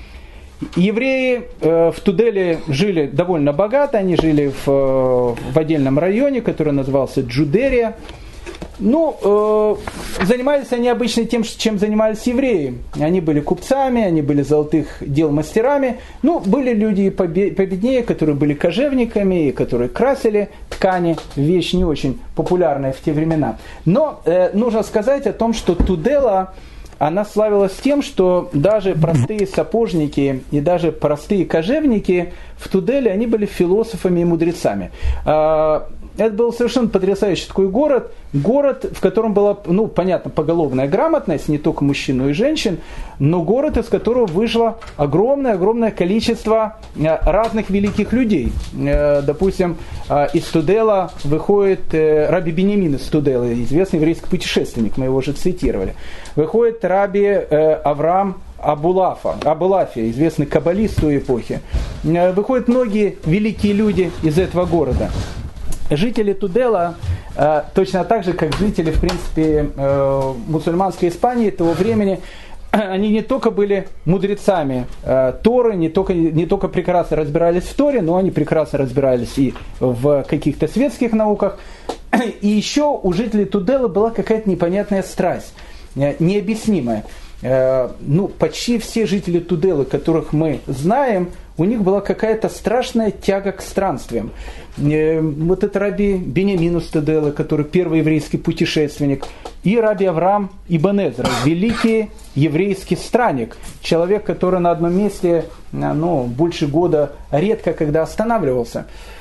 Евреи э, в Туделе жили довольно богато, они жили в, в отдельном районе, который назывался Джудерия. Ну, э, занимались они обычно тем, чем занимались евреи. Они были купцами, они были золотых дел мастерами. Ну, были люди и победнее, которые были кожевниками, и которые красили ткани. Вещь не очень популярная в те времена. Но э, нужно сказать о том, что Тудела... Она славилась тем, что даже простые сапожники и даже простые кожевники в Туделе, они были философами и мудрецами. Это был совершенно потрясающий такой город, город, в котором была, ну, понятно, поголовная грамотность, не только мужчин, но и женщин, но город, из которого вышло огромное-огромное количество разных великих людей. Допустим, из Тудела выходит Раби Биньямин из Тудела, известный еврейский путешественник, мы его уже цитировали. Выходит Раби Авраам Абулафа, Абулафия, известный каббалист той эпохи. Выходят многие великие люди из этого города. Жители Тудела, э, точно так же, как жители, в принципе, э, мусульманской Испании того времени, они не только были мудрецами э, Торы, не только, не только прекрасно разбирались в Торе, но они прекрасно разбирались и в каких-то светских науках. И еще у жителей Тудела была какая-то непонятная страсть, э, необъяснимая. Э, ну, почти все жители Туделы, которых мы знаем, у них была какая-то страшная тяга к странствиям. Вот это Раби Биньямин из Туделы, который первый еврейский путешественник, и Раби Авраам ибн Эзра, великий еврейский странник, человек, который на одном месте, ну, больше года редко когда останавливался.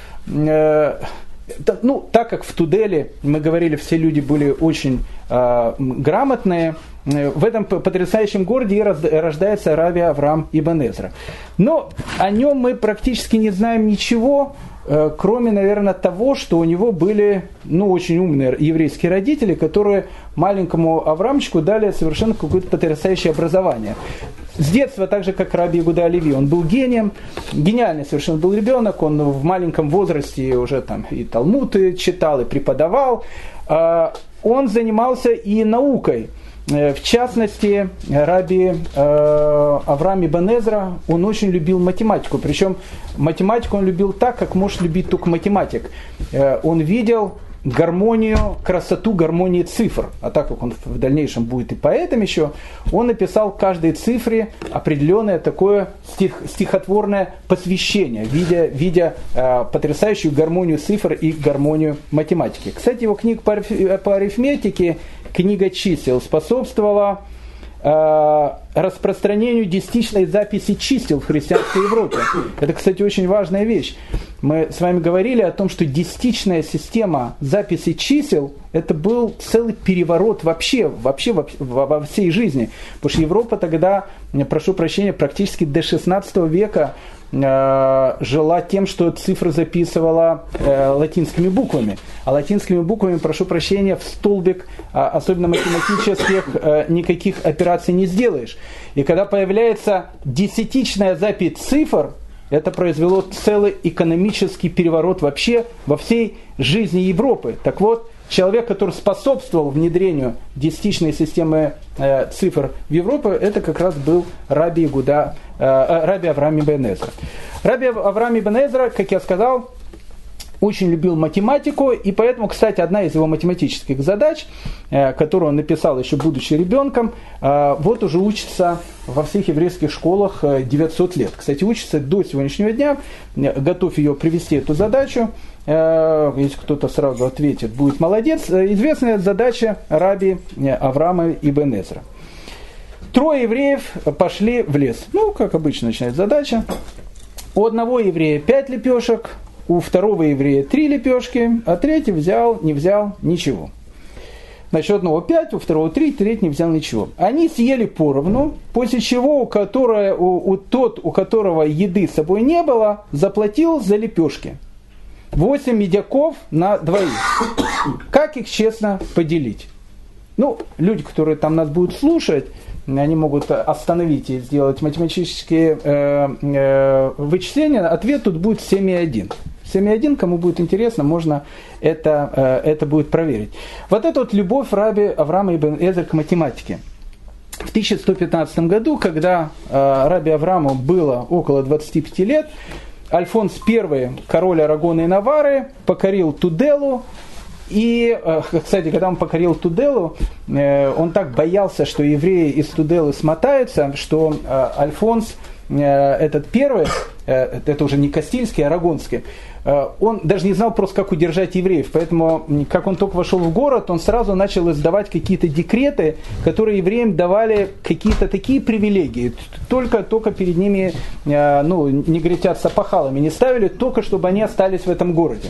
Ну, так как в Туделе, мы говорили, все люди были очень э, грамотные, в этом потрясающем городе и рождается Раби Авраам ибн Эзра. Но о нем мы практически не знаем ничего, э, кроме, наверное, того, что у него были, ну, очень умные еврейские родители, которые маленькому Авраамчику дали совершенно какое-то потрясающее образование. С детства, так же как Раби Гуда Алеви, он был гением, гениальный совершенно был ребенок, он в маленьком возрасте уже там и Талмуд читал, и преподавал. Он занимался и наукой. В частности, Раби Авраам ибн Эзра, он очень любил математику. Причем математику он любил так, как может любить только математик. Он видел гармонию, красоту гармонии цифр. А так как он в дальнейшем будет и поэтом еще, он написал каждой цифре определенное такое стих, стихотворное посвящение, видя, видя э, потрясающую гармонию цифр и гармонию математики. Кстати, его книга по, по арифметике, книга чисел, способствовала распространению десятичной записи чисел в христианской Европе. Это, кстати, очень важная вещь. Мы с вами говорили о том, что десятичная система записи чисел – это был целый переворот вообще, вообще во, во всей жизни. Потому что Европа тогда, прошу прощения, практически до шестнадцатого века э, жила тем, что цифры записывала э, латинскими буквами. А латинскими буквами, прошу прощения, в столбик, э, особенно математических, э, никаких операций не сделаешь. И когда появляется десятичная запись цифр, это произвело целый экономический переворот вообще во всей жизни Европы. Так вот, человек, который способствовал внедрению десятичной системы э, цифр в Европу, это как раз был Раби Егуда, э, Раби Авраам ибн Эзра. Раби Авраам ибн Эзра, как я сказал, очень любил математику, и поэтому, кстати, одна из его математических задач, э, которую он написал еще будучи ребенком, э, вот уже учится во всех еврейских школах девятьсот лет. Кстати, учится до сегодняшнего дня, готов ее привести, эту задачу. Если кто-то сразу ответит, будет молодец. Известная задача Раби Авраама ибн Эзра. Трое евреев пошли в лес. Ну, как обычно начинается задача. У одного еврея пять лепешек, у второго еврея три лепешки, а третий взял, не взял ничего. Значит, у одного пять, у второго три, третий не взял ничего. Они съели поровну, после чего у, которого, у, у тот, у которого еды с собой не было, заплатил за лепешки. Восемь медяков на двоих. Как их честно поделить? Ну, люди, которые там нас будут слушать, они могут остановить и сделать математические э, э, вычисления. Ответ тут будет семь и один. семь и один, кому будет интересно, можно это, э, это будет проверить. Вот это вот любовь Раби Авраама ибн Эзра к математике. В тысяча сто пятнадцатом году, когда э, Раби Аврааму было около двадцати пяти лет, Альфонс I, король Арагона и Наварры, покорил Туделу. И, кстати, когда он покорил Туделу, он так боялся, что евреи из Туделы смотаются, что Альфонс, этот первый, это уже не Кастильский, а Арагонский, он даже не знал просто, как удержать евреев. Поэтому, как он только вошел в город, он сразу начал издавать какие-то декреты, которые евреям давали какие-то такие привилегии. Только, только перед ними, ну, негритят опахалами не ставили, только чтобы они остались в этом городе.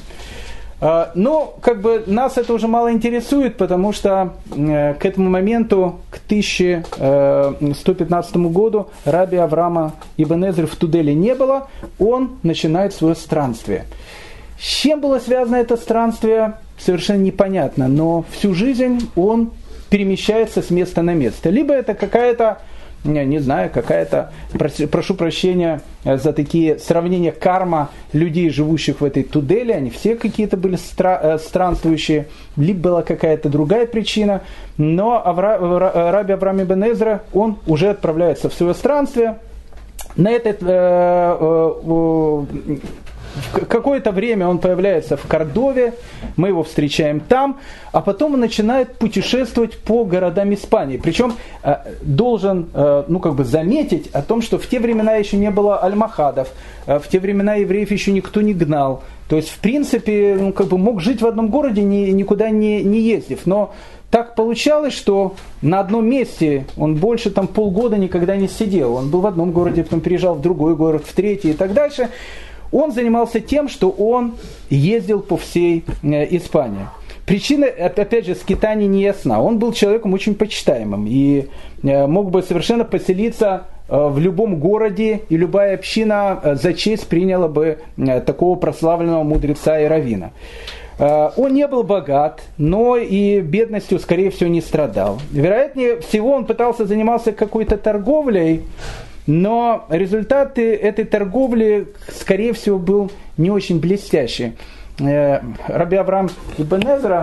Но как бы нас это уже мало интересует, потому что к этому моменту, к тысяча сто пятнадцатому году, Раби Авраама ибн Эзры в Туделе не было, он начинает свое странствие. С чем было связано это странствие, совершенно непонятно, но всю жизнь он перемещается с места на место. Либо это какая-то, не знаю, какая-то, прошу прощения за такие сравнения, карма людей, живущих в этой Туделе, они все какие-то были стра- странствующие, либо была какая-то другая причина, но Авра- Раби Авраам ибн Эзра, он уже отправляется в свое странствие. На этот, э, э, э, какое-то время он появляется в Кордове, мы его встречаем там, а потом он начинает путешествовать по городам Испании. Причем э, должен э, ну, как бы заметить о том, что в те времена еще не было альмахадов, э, в те времена евреев еще никто не гнал. То есть, в принципе, ну, как бы мог жить в одном городе, ни, никуда не, не ездив. Но так получалось, что на одном месте он больше там, полгода никогда не сидел. Он был в одном городе, потом переезжал в другой город, в третий и так дальше. Он занимался тем, что он ездил по всей э, Испании. Причина, опять же, скитаний не ясна. Он был человеком очень почитаемым и э, мог бы совершенно поселиться э, в любом городе, и любая община э, за честь приняла бы э, такого прославленного мудреца и раввина. Э, он не был богат, но и бедностью, скорее всего, не страдал. Вероятнее всего, он пытался заниматься какой-то торговлей, но результаты этой торговли, скорее всего, был не очень блестящий. Раби Авраам ибн Эзра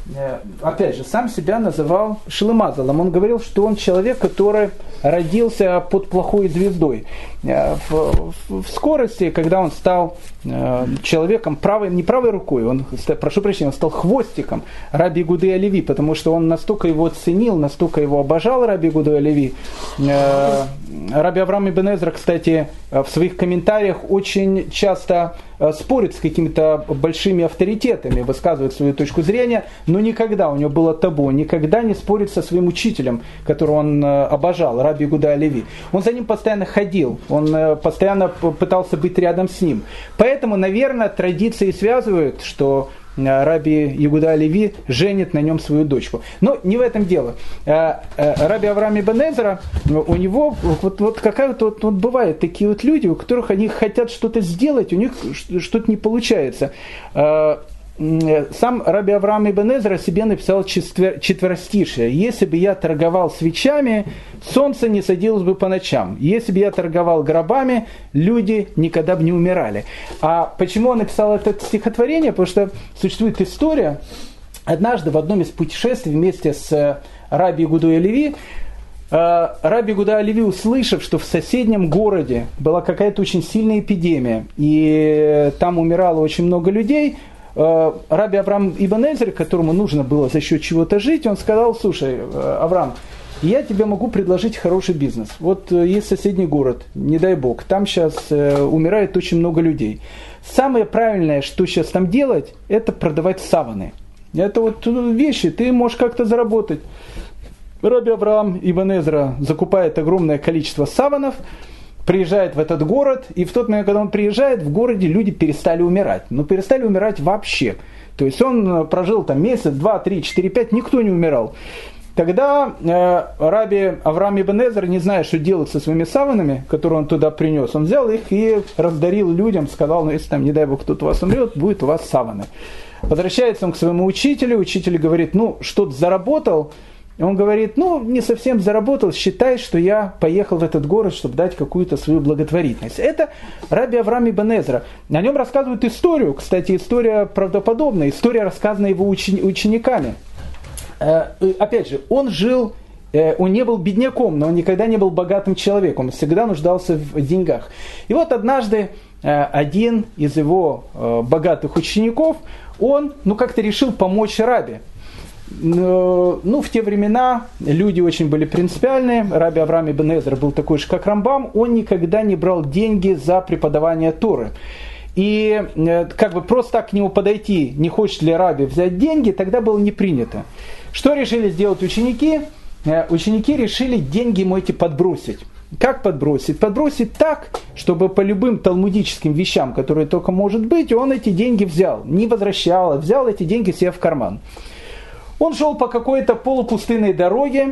опять же, сам себя называл Шлемазалом. Он говорил, что он человек, который родился под плохой звездой. В, в скорости, когда он стал человеком правой, не правой рукой, он, прошу прощения, он стал хвостиком Раби Игуды Алеви, потому что он настолько его ценил, настолько его обожал Раби Игуду Алеви. Раби Авраам ибн Эзра, кстати, в своих комментариях очень часто спорит с какими-то большими авторитетами, высказывает свою точку зрения, но никогда у него было табу, никогда не спорит со своим учителем, которого он обожал, Раби Игуда Алеви. Он за ним постоянно ходил, он постоянно пытался быть рядом с ним. Поэтому, наверное, традиции связывают, что Раби Игуда Алеви женит на нем свою дочку. Но не в этом дело. Раби Авраам ибн Эзра, у него вот, вот какая-то вот, вот бывает такие вот люди, у которых они хотят что-то сделать, у них что-то не получается. Сам Раби Авраам ибн Эзра себе написал четвер, четверостишие. «Если бы я торговал свечами, солнце не садилось бы по ночам. Если бы я торговал гробами, люди никогда бы не умирали». А почему он написал это стихотворение? Потому что существует история. Однажды в одном из путешествий вместе с Раби Игудой Алеви, Раби Игуда Алеви, услышав, что в соседнем городе была какая-то очень сильная эпидемия, и там умирало очень много людей, Раби Авраам ибн Эзра, которому нужно было за счет чего-то жить, он сказал: слушай, Авраам, я тебе могу предложить хороший бизнес. Вот есть соседний город, не дай бог, там сейчас умирает очень много людей. Самое правильное, что сейчас там делать, это продавать саваны. Это вот вещи, ты можешь как-то заработать. Раби Авраам ибн Эзра закупает огромное количество саванов, приезжает в этот город, и в тот момент, когда он приезжает, в городе люди перестали умирать. Но перестали умирать вообще. То есть он прожил там месяц, два, три, четыре, пять, никто не умирал. Тогда э, Раби Авраам ибн Эзра, не зная, что делать со своими саванами, которые он туда принес, он взял их и раздарил людям, сказал: ну если там, не дай бог, кто-то у вас умрет, будет у вас саваны. Возвращается он к своему учителю, учитель говорит: ну, что-то заработал. И он говорит: ну, не совсем заработал, считай, что я поехал в этот город, чтобы дать какую-то свою благотворительность. Это Раби Авраам ибн Эзра. О нем рассказывают историю, кстати, история правдоподобная, история, рассказанная его учени- учениками. Э, опять же, он жил, э, он не был бедняком, но он никогда не был богатым человеком, он всегда нуждался в деньгах. И вот однажды э, один из его э, богатых учеников, он, ну, как-то решил помочь Раби. Ну, в те времена люди очень были принципиальные. Раби Авраам ибн Эзра был такой же, как Рамбам. Он никогда не брал деньги за преподавание Торы. И как бы просто так к нему подойти, не хочет ли Раби взять деньги, тогда было не принято. Что решили сделать ученики? Ученики решили деньги ему эти подбросить. Как подбросить? Подбросить так, чтобы по любым талмудическим вещам, которые только может быть, он эти деньги взял. Не возвращал, а взял эти деньги себе в карман. Он шел по какой-то полупустынной дороге,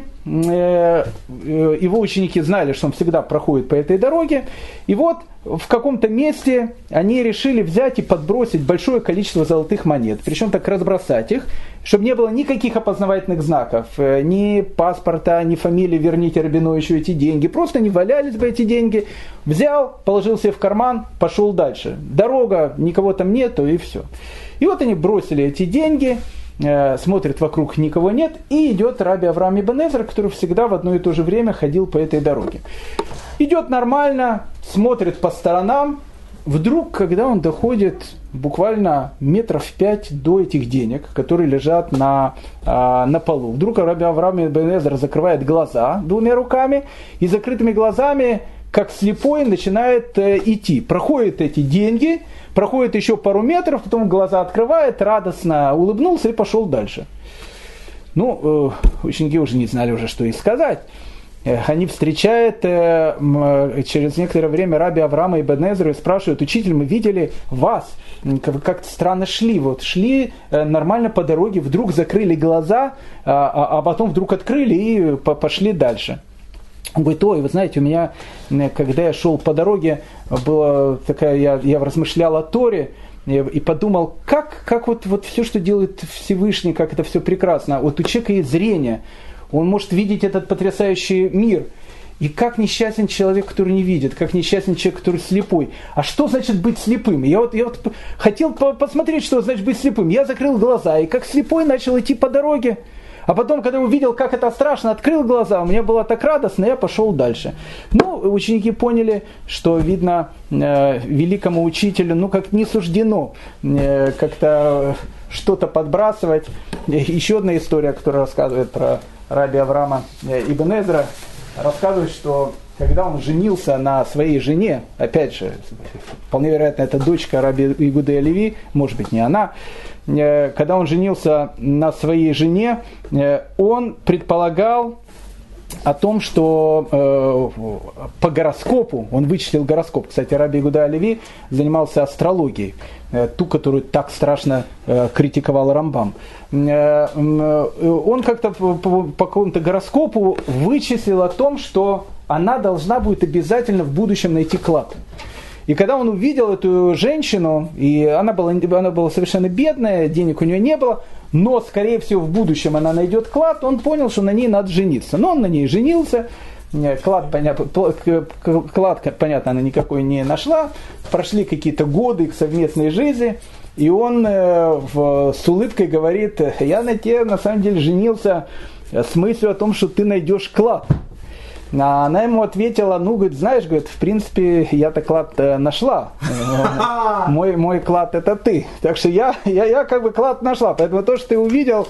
его ученики знали, что он всегда проходит по этой дороге, и вот в каком-то месте они решили взять и подбросить большое количество золотых монет, причем так разбросать их, чтобы не было никаких опознавательных знаков, ни паспорта, ни фамилии «Верните Рабиновичу эти деньги», просто не валялись бы эти деньги, взял, положил себе в карман, пошел дальше. Дорога, никого там нету, и все. И вот они бросили эти деньги, смотрит вокруг, никого нет, и идет Раби Авраам ибн Эзра, который всегда в одно и то же время ходил по этой дороге. Идет нормально, смотрит по сторонам, вдруг, когда он доходит буквально метров пять до этих денег, которые лежат на, на полу, вдруг Раби Авраам ибн Эзра закрывает глаза двумя руками и закрытыми глазами, как слепой, начинает идти. Проходит эти деньги, проходит еще пару метров, потом глаза открывает, радостно улыбнулся и пошел дальше. Ну, э, ученики уже не знали уже, что и сказать. Э, они встречают э, через некоторое время Раби Авраама ибн Эзру и спрашивают: учитель, мы видели вас, как- как-то странно шли, вот шли э, нормально по дороге, вдруг закрыли глаза, а, а потом вдруг открыли и по- пошли дальше. Он говорит: ой, вы знаете, у меня, когда я шел по дороге, была такая, я, я размышлял о Торе и подумал, как, как вот, вот все, что делает Всевышний, как это все прекрасно. Вот у человека есть зрение, он может видеть этот потрясающий мир. И как несчастен человек, который не видит, как несчастен человек, который слепой. А что значит быть слепым? Я вот, я вот хотел посмотреть, что значит быть слепым. Я закрыл глаза и как слепой начал идти по дороге. А потом, когда увидел, как это страшно, открыл глаза, мне было так радостно, я пошел дальше. Ну, ученики поняли, что, видно, э, великому учителю, ну, как не суждено э, как-то что-то подбрасывать. Еще одна история, которая рассказывает про раби Авраама ибн Эзра, рассказывает, что когда он женился на своей жене, опять же, вполне вероятно, это дочка раби Игуды Алеви, может быть, не она, когда он женился на своей жене, он предполагал о том, что э, по гороскопу, он вычислил гороскоп, кстати, раби Игуда Алеви занимался астрологией, э, ту, которую так страшно э, критиковал Рамбам. Э, э, он как-то по, по, по какому-то гороскопу вычислил о том, что она должна будет обязательно в будущем найти клад. И когда он увидел эту женщину, и она была, она была совершенно бедная, денег у нее не было, но, скорее всего, в будущем она найдет клад, он понял, что на ней надо жениться. Но он на ней женился, клад, понятно, клад, понятно, она никакой не нашла, прошли какие-то годы их совместной жизни, и он в, с улыбкой говорит: я на тебе, на самом деле, женился с мыслью о том, что ты найдешь клад. А она ему ответила: ну, говорит, знаешь, говорит, в принципе, я-то клад нашла. Мой, мой клад это ты. Так что я, я, я как бы клад нашла. Поэтому то, что ты увидел,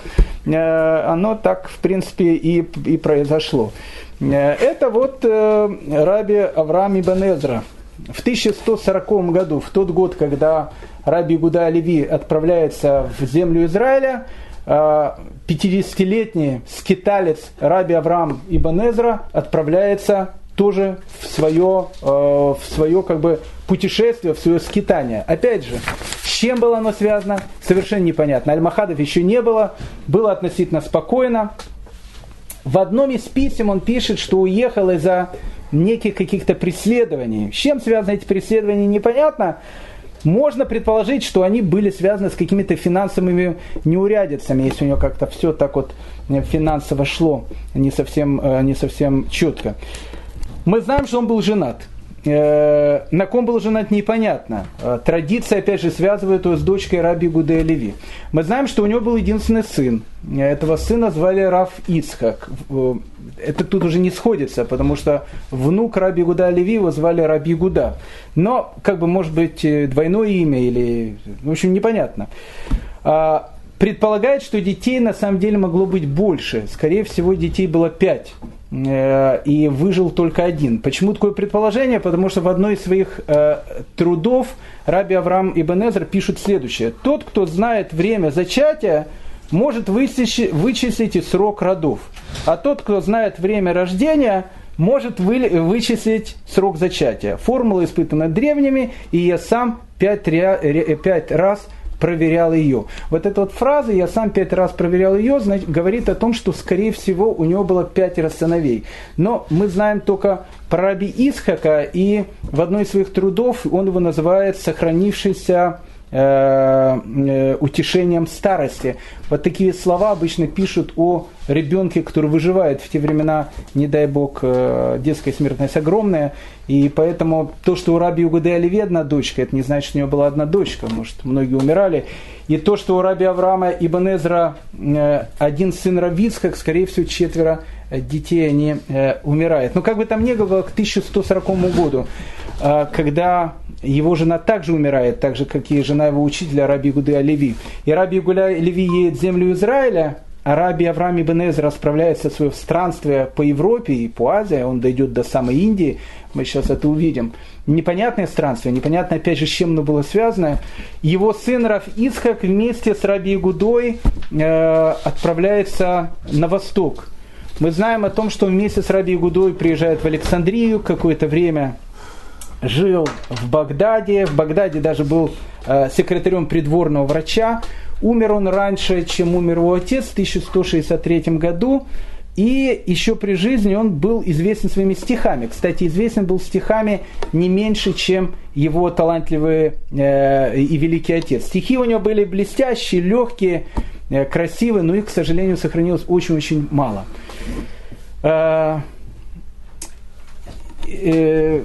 оно так, в принципе, и, и произошло. Это вот раби Авраам ибн Эзра. В тысяча сто сороковом году, в тот год, когда раби Игуда Алеви отправляется в землю Израиля, пятидесятилетний скиталец раби Авраам ибн Эзра отправляется тоже в свое, в свое как бы, путешествие, в свое скитание. Опять же, с чем было оно связано, совершенно непонятно. Аль-Махадов еще не было, было относительно спокойно. В одном из писем он пишет, что уехал из-за неких каких-то преследований. С чем связаны эти преследования, непонятно. Можно предположить, что они были связаны с какими-то финансовыми неурядицами, если у него как-то все так вот финансово шло не совсем, не совсем четко. Мы знаем, что он был женат. На ком был женат, непонятно. Традиция, опять же, связывает его с дочкой раби Игуды Алеви. Мы знаем, что у него был единственный сын. Этого сына звали Рав Ицхак. Это тут уже не сходится, потому что внук раби Игуда Алеви его звали раби Игуда. Но, как бы, может быть, двойное имя или... В общем, непонятно. Предполагает, что детей на самом деле могло быть больше. Скорее всего, детей было пять. И выжил только один. Почему такое предположение? Потому что в одной из своих э, трудов раби Авраам ибн Эзра пишет следующее. Тот, кто знает время зачатия, может вычислить, вычислить и срок родов. А тот, кто знает время рождения, может вы, вычислить срок зачатия. Формула испытана древними, и я сам пять, ря, пять раз проверял ее. Вот эта вот фраза «я сам пять раз проверял ее» значит, говорит о том, что, скорее всего, у него было пятеро сыновей. Но мы знаем только про раби Ицхака, и в одной из своих трудов он его называет «сохранившийся э, э, утешением старости». Вот такие слова обычно пишут о ребенке, который выживает. В те времена, не дай бог, э, детская смертность огромная. И поэтому то, что у раби Игуды Алеви одна дочка, это не значит, что у него была одна дочка. Может, многие умирали. И то, что у раби Авраама ибн Эзра э, один сын Рав Ицхак, скорее всего, четверо детей они э, умирают. Но как бы там ни было, к тысяча сто сороковому году, э, когда его жена также умирает, так же, как и жена его учителя, раби Игуды Алеви. И раби Игуда Алеви едет в землю Израиля, а раби Авраам ибн Эзра расправляется в свое странствие по Европе и по Азии, он дойдет до самой Индии, мы сейчас это увидим. Непонятное странствие, непонятно опять же с чем оно было связано. Его сын Рав Ицхак вместе с раби Игудой э, отправляется на восток. Мы знаем о том, что вместе с раби Игудой приезжает в Александрию, какое-то время жил в Багдаде, в Багдаде даже был э, секретарем придворного врача. Умер он раньше, чем умер его отец, в тысяча сто шестьдесят третьем году. И еще при жизни он был известен своими стихами. Кстати, известен был стихами не меньше, чем его талантливый э, и великий отец. Стихи у него были блестящие, легкие, э, красивые, но их, к сожалению, сохранилось очень-очень мало. Э, и,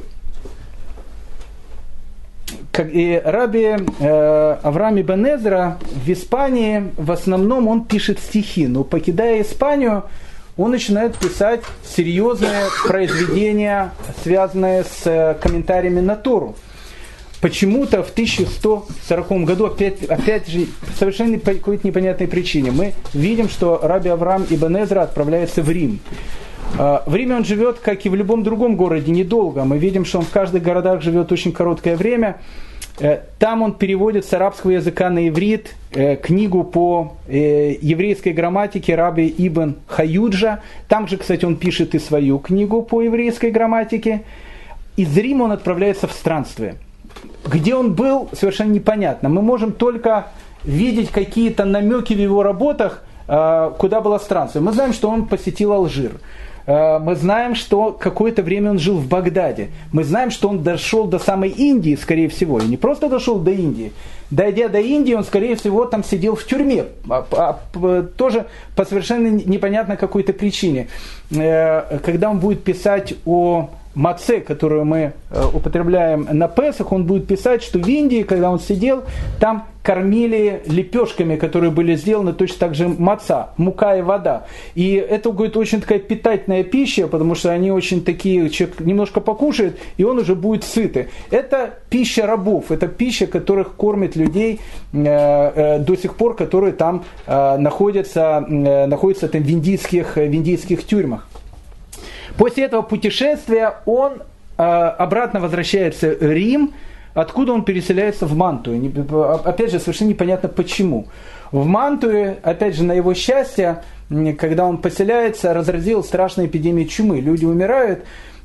и Раби э, Авраам ибн Эзра в Испании в основном он пишет стихи, но покидая Испанию, он начинает писать серьезные произведения, связанные с комментариями на Тору. Почему-то в тысяча сто сороковом году, опять, опять же, совершенно по какой-то непонятной причине, мы видим, что Раби Авраам ибн Эзра отправляется в Рим. В Риме он живет, как и в любом другом городе, недолго. Мы видим, что он в каждых городах живет очень короткое время. Там он переводит с арабского языка на иврит книгу по еврейской грамматике Раби Ибн Хаюджа. Там же, кстати, он пишет и свою книгу по еврейской грамматике. Из Рима он отправляется в странствие. Где он был, совершенно непонятно. Мы можем только видеть какие-то намеки в его работах, куда было странствие. Мы знаем, что он посетил Алжир. Мы знаем, что какое-то время он жил в Багдаде. Мы знаем, что он дошел до самой Индии, скорее всего. И не просто дошел до Индии. Дойдя до Индии, он, скорее всего, там сидел в тюрьме. Тоже по совершенно непонятной какой-то причине. Когда он будет писать о маце, которую мы употребляем на Песах, он будет писать, что в Индии, когда он сидел, там кормили лепешками, которые были сделаны точно так же маца, мука и вода. И это будет очень такая питательная пища, потому что они очень такие, человек немножко покушает, и он уже будет сытый. Это пища рабов, это пища, которых кормят людей э, э, до сих пор, которые там э, находятся, э, находятся там в индийских, в индийских тюрьмах. После этого путешествия он э, обратно возвращается в Рим, откуда он переселяется в Мантую. Опять же, совершенно непонятно почему. В Мантуе, опять же, на его счастье, когда он поселяется, разразилась страшная эпидемия чумы. Люди умирают.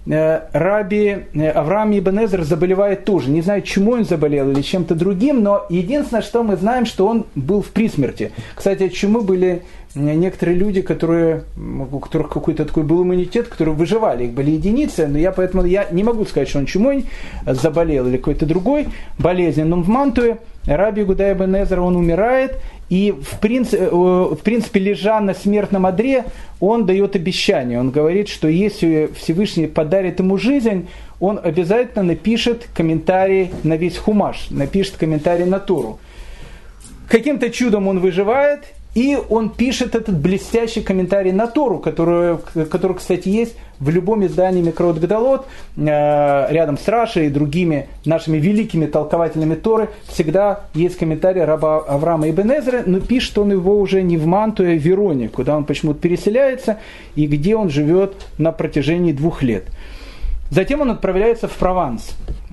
Раби Авраам ибн Эзра заболевает тоже. Не знаю, чему он заболел или чем-то другим, но единственное, что мы знаем, что он был в присмерти. Кстати, от чумы были некоторые люди, которые, у которых какой-то такой был иммунитет, которые выживали, их были единицы, но я поэтому я не могу сказать, что он чумой заболел или какой-то другой болезнью. Но в Мантуе Раби Иуда ибн Эзра, он умирает, и в принципе, в принципе, лежа на смертном одре, он дает обещание. Он говорит, что если Всевышний подарит ему жизнь, он обязательно напишет комментарий на весь Хумаш, напишет комментарий на Тору. Каким-то чудом он выживает, и он пишет этот блестящий комментарий на Тору, который, который кстати, есть в любом издании Микрот Гдалот, рядом с Рашей и другими нашими великими толкователями Торы, всегда есть комментарий раба Авраама ибн Эзры, но пишет он его уже не в Мантуе, а в Вероне, куда он почему-то переселяется, и где он живет на протяжении двух лет. Затем он отправляется в Прованс.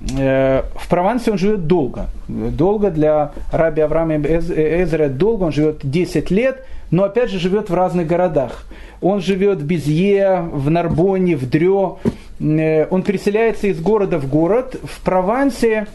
В Провансе он живет долго. Долго для раби Авраама Эзры долго, он живет десять лет, но опять же живет в разных городах. Он живет в Безье, в Нарбоне, в Дрё. Он переселяется из города в город. В Провансе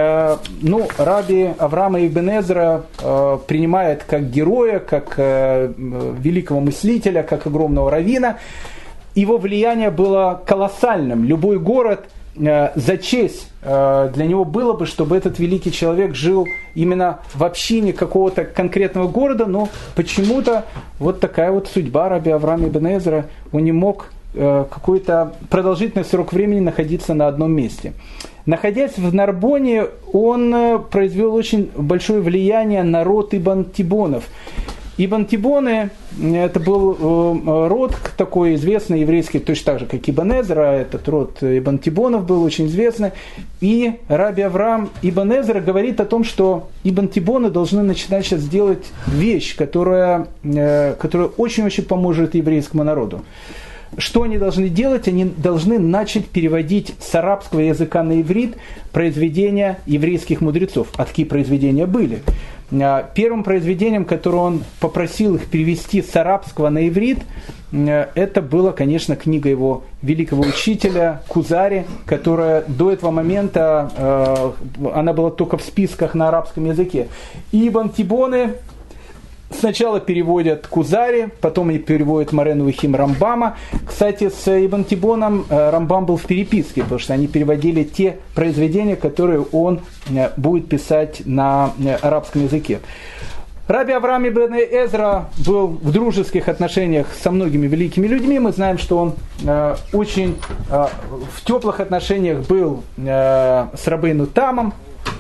ну, раби Авраама ибн Эзра принимает как героя, как великого мыслителя, как огромного раввина. Его влияние было колоссальным. Любой город э, за честь э, для него было бы, чтобы этот великий человек жил именно в общине какого-то конкретного города, но почему-то вот такая вот судьба раби Авраама ибн Эзра, он не мог э, какой-то продолжительный срок времени находиться на одном месте. Находясь в Нарбоне, он э, произвел очень большое влияние на род Ибн Тибонов. Ибн Тибоны – это был род такой известный еврейский, точно так же, как Ибн Эзра, этот род Ибн Тибонов был очень известный. И раби Авраам ибн Эзра говорит о том, что Ибн Тибоны должны начинать сейчас делать вещь, которая, которая очень-очень поможет еврейскому народу. Что они должны делать? Они должны начать переводить с арабского языка на иврит произведения еврейских мудрецов. А такие произведения были. Первым произведением, которое он попросил их перевести с арабского на иврит, это была, конечно, книга его великого учителя Кузари, которая до этого момента, она была только в списках на арабском языке. Ибн Тибоны сначала переводят Кузари, потом и переводят Морену Вихим Рамбама. Кстати, с Ибн Тибоном Рамбам был в переписке, потому что они переводили те произведения, которые он будет писать на арабском языке. Раби Авраам ибн Эзра был в дружеских отношениях со многими великими людьми. Мы знаем, что он э, очень э, в теплых отношениях был э, с Рабейну Тамом.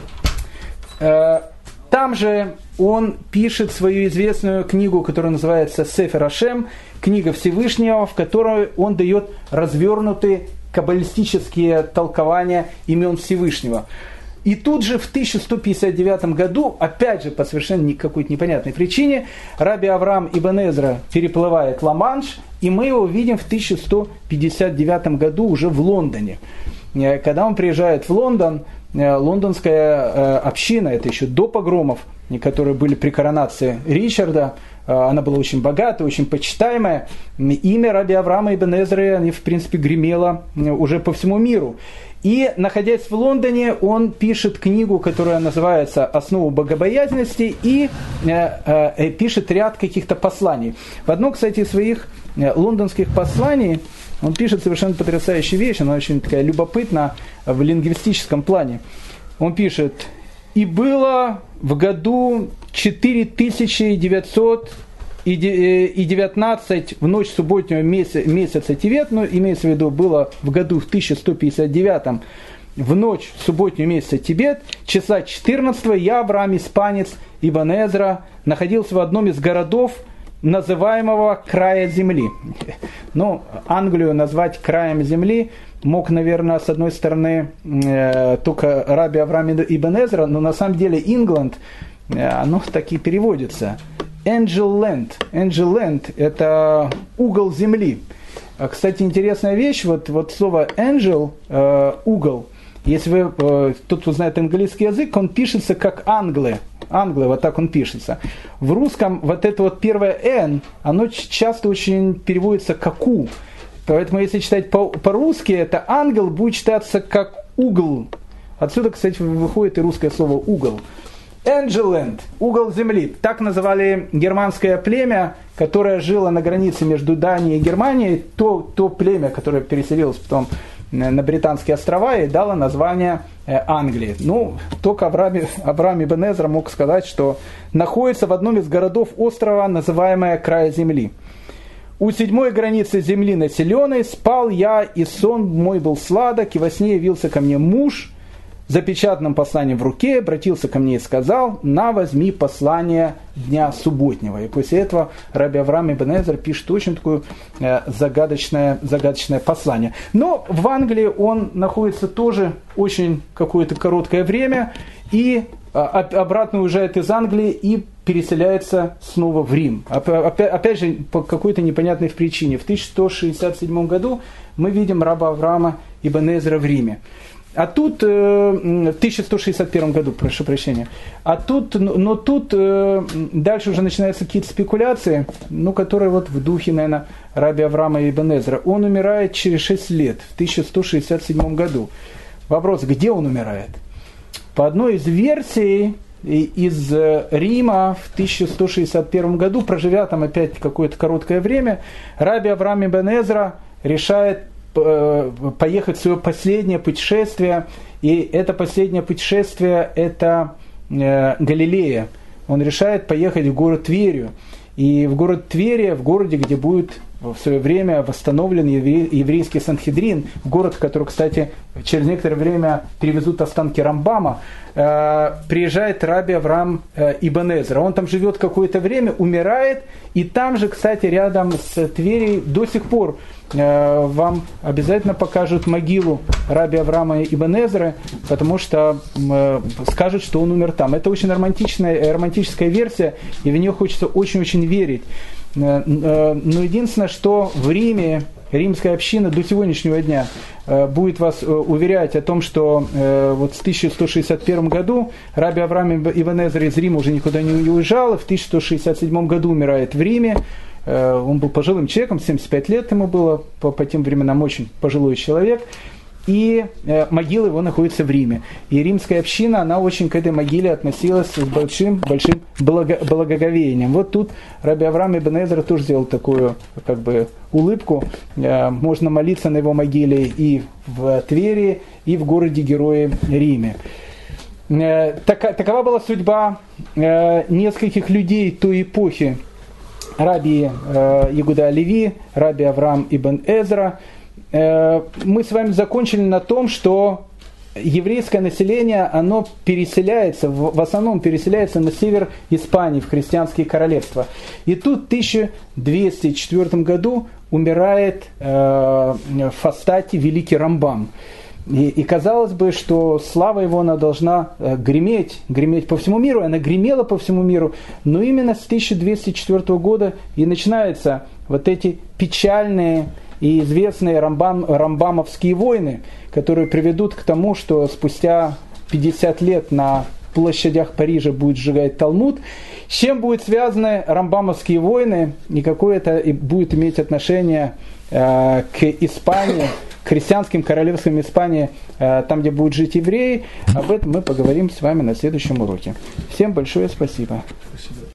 Э, там же он пишет свою известную книгу, которая называется «Сефер Ашем», книга Всевышнего, в которой он дает развернутые каббалистические толкования имен Всевышнего. И тут же в тысяча сто пятьдесят девятом году, опять же по совершенно какой-то непонятной причине, Раби Авраам ибн Эзра переплывает Ла-Манш, и мы его видим в тысяча сто пятьдесят девятом году уже в Лондоне. Когда он приезжает в Лондон, лондонская община, это еще до погромов, которые были при коронации Ричарда, она была очень богатая, очень почитаемая. Имя Раби Авраама ибн Эзры, они, в принципе, гремело уже по всему миру. И, находясь в Лондоне, он пишет книгу, которая называется «Основу богобоязненности», и э, э, пишет ряд каких-то посланий. В одном, кстати, из своих э, лондонских посланий он пишет совершенно потрясающую вещь, она очень такая любопытна в лингвистическом плане. Он пишет: «И было в году четыре тысячи девятьсот и девятнадцать в ночь субботнего месяца, месяца Тевет, но имеется в виду, было в году в тысяча сто пятьдесят девятом в ночь субботнего месяца Тибет, числа четырнадцатого, я, Авраам, испанец, ибн Эзра, находился в одном из городов, называемого края земли». Ну, Англию назвать краем земли мог, наверное, с одной стороны э, только Раби Авраам ибн Эзра, но на самом деле Ингланд, э, оно так и переводится. Angel Land. Angel Land – это угол земли. Кстати, интересная вещь, вот, вот слово angel, э, угол, если вы, э, тот, кто знает английский язык, он пишется как англы. Англы, вот так он пишется. В русском вот это вот первое «н», оно часто очень переводится как «у». Поэтому, если читать по- по-русски, это ангел будет читаться как угол. Отсюда, кстати, выходит и русское слово «угол». Энджеленд, угол земли. Так называли германское племя, которое жило на границе между Данией и Германией. То, то племя, которое переселилось потом на Британские острова и дало название Англии. Ну, только Авраам, Авраам ибн Эзра мог сказать, что находится в одном из городов острова, называемое край земли. «У седьмой границы земли населенной спал я, и сон мой был сладок, и во сне явился ко мне муж, запечатанным посланием в руке, обратился ко мне и сказал: на, возьми послание дня субботнего». И после этого Раби Авраам ибн Эзра пишет очень такое э, загадочное, загадочное послание. Но в Англии он находится тоже очень какое-то короткое время и э, обратно уезжает из Англии и переселяется снова в Рим. Опять, опять же, по какой-то непонятной причине. В тысяча сто шестьдесят седьмом году мы видим раба Авраама ибн Эзра в Риме. А тут, в тысяча сто шестьдесят первом году, прошу прощения, а тут, но тут дальше уже начинаются какие-то спекуляции, ну, которые вот в духе, наверное, раби Авраама ибн Эзра. Он умирает через шесть лет, в тысяча сто шестьдесят седьмом году. Вопрос, где он умирает? По одной из версий, из Рима в тысяча сто шестьдесят первом году, проживя там опять какое-то короткое время, раби Авраам ибн Эзра решает поехать в свое последнее путешествие, и это последнее путешествие – это э, Галилея. Он решает поехать в город Тверию. И в город Тверия, в городе, где будет в свое время восстановлен еврейский Санхедрин, город, в который, кстати, через некоторое время перевезут останки Рамбама, э, приезжает раби Авраам э, ибн Эзра. Он там живет какое-то время, умирает, и там же, кстати, рядом с Тверией до сих пор э, вам обязательно покажут могилу раби Авраама ибн Эзры, потому что э, скажут, что он умер там. Это очень романтичная, романтическая версия, и в нее хочется очень-очень верить. Но единственное, что в Риме римская община до сегодняшнего дня будет вас уверять о том, что вот в тысяча сто шестьдесят первом году раби Авраам ибн Эзра из Рима уже никуда не уезжал, в тысяча сто шестьдесят седьмом году умирает в Риме. Он был пожилым человеком, семьдесят пять лет ему было, по, по тем временам очень пожилой человек. И э, могила его находится в Риме. И римская община, она очень к этой могиле относилась с большим-большим благо, благоговением. Вот тут раби Авраам ибн Эзра тоже сделал такую как бы улыбку. Э, можно молиться на его могиле и в Твери, и в городе-герое Риме. Так, такова была судьба нескольких людей той эпохи. Раби Ягуда Алеви, раби Авраам ибн Эзра. Мы с вами закончили на том, что еврейское население, оно переселяется, в основном переселяется на север Испании, в христианские королевства. И тут в тысяча двести четвёртом году умирает в Фастате великий Рамбам. И, и казалось бы, что слава его она должна греметь, греметь по всему миру. Она гремела по всему миру, но именно с тысяча двести четвёртого года и начинаются вот эти печальные и известные рамбам, рамбамовские войны, которые приведут к тому, что спустя пятьдесят лет на площадях Парижа будет сжигать Талмуд. С чем будут связаны рамбамовские войны и какое это будет иметь отношение э, к Испании, к христианским королевствам Испании, э, там, где будут жить евреи, об этом мы поговорим с вами на следующем уроке. Всем большое спасибо. Спасибо.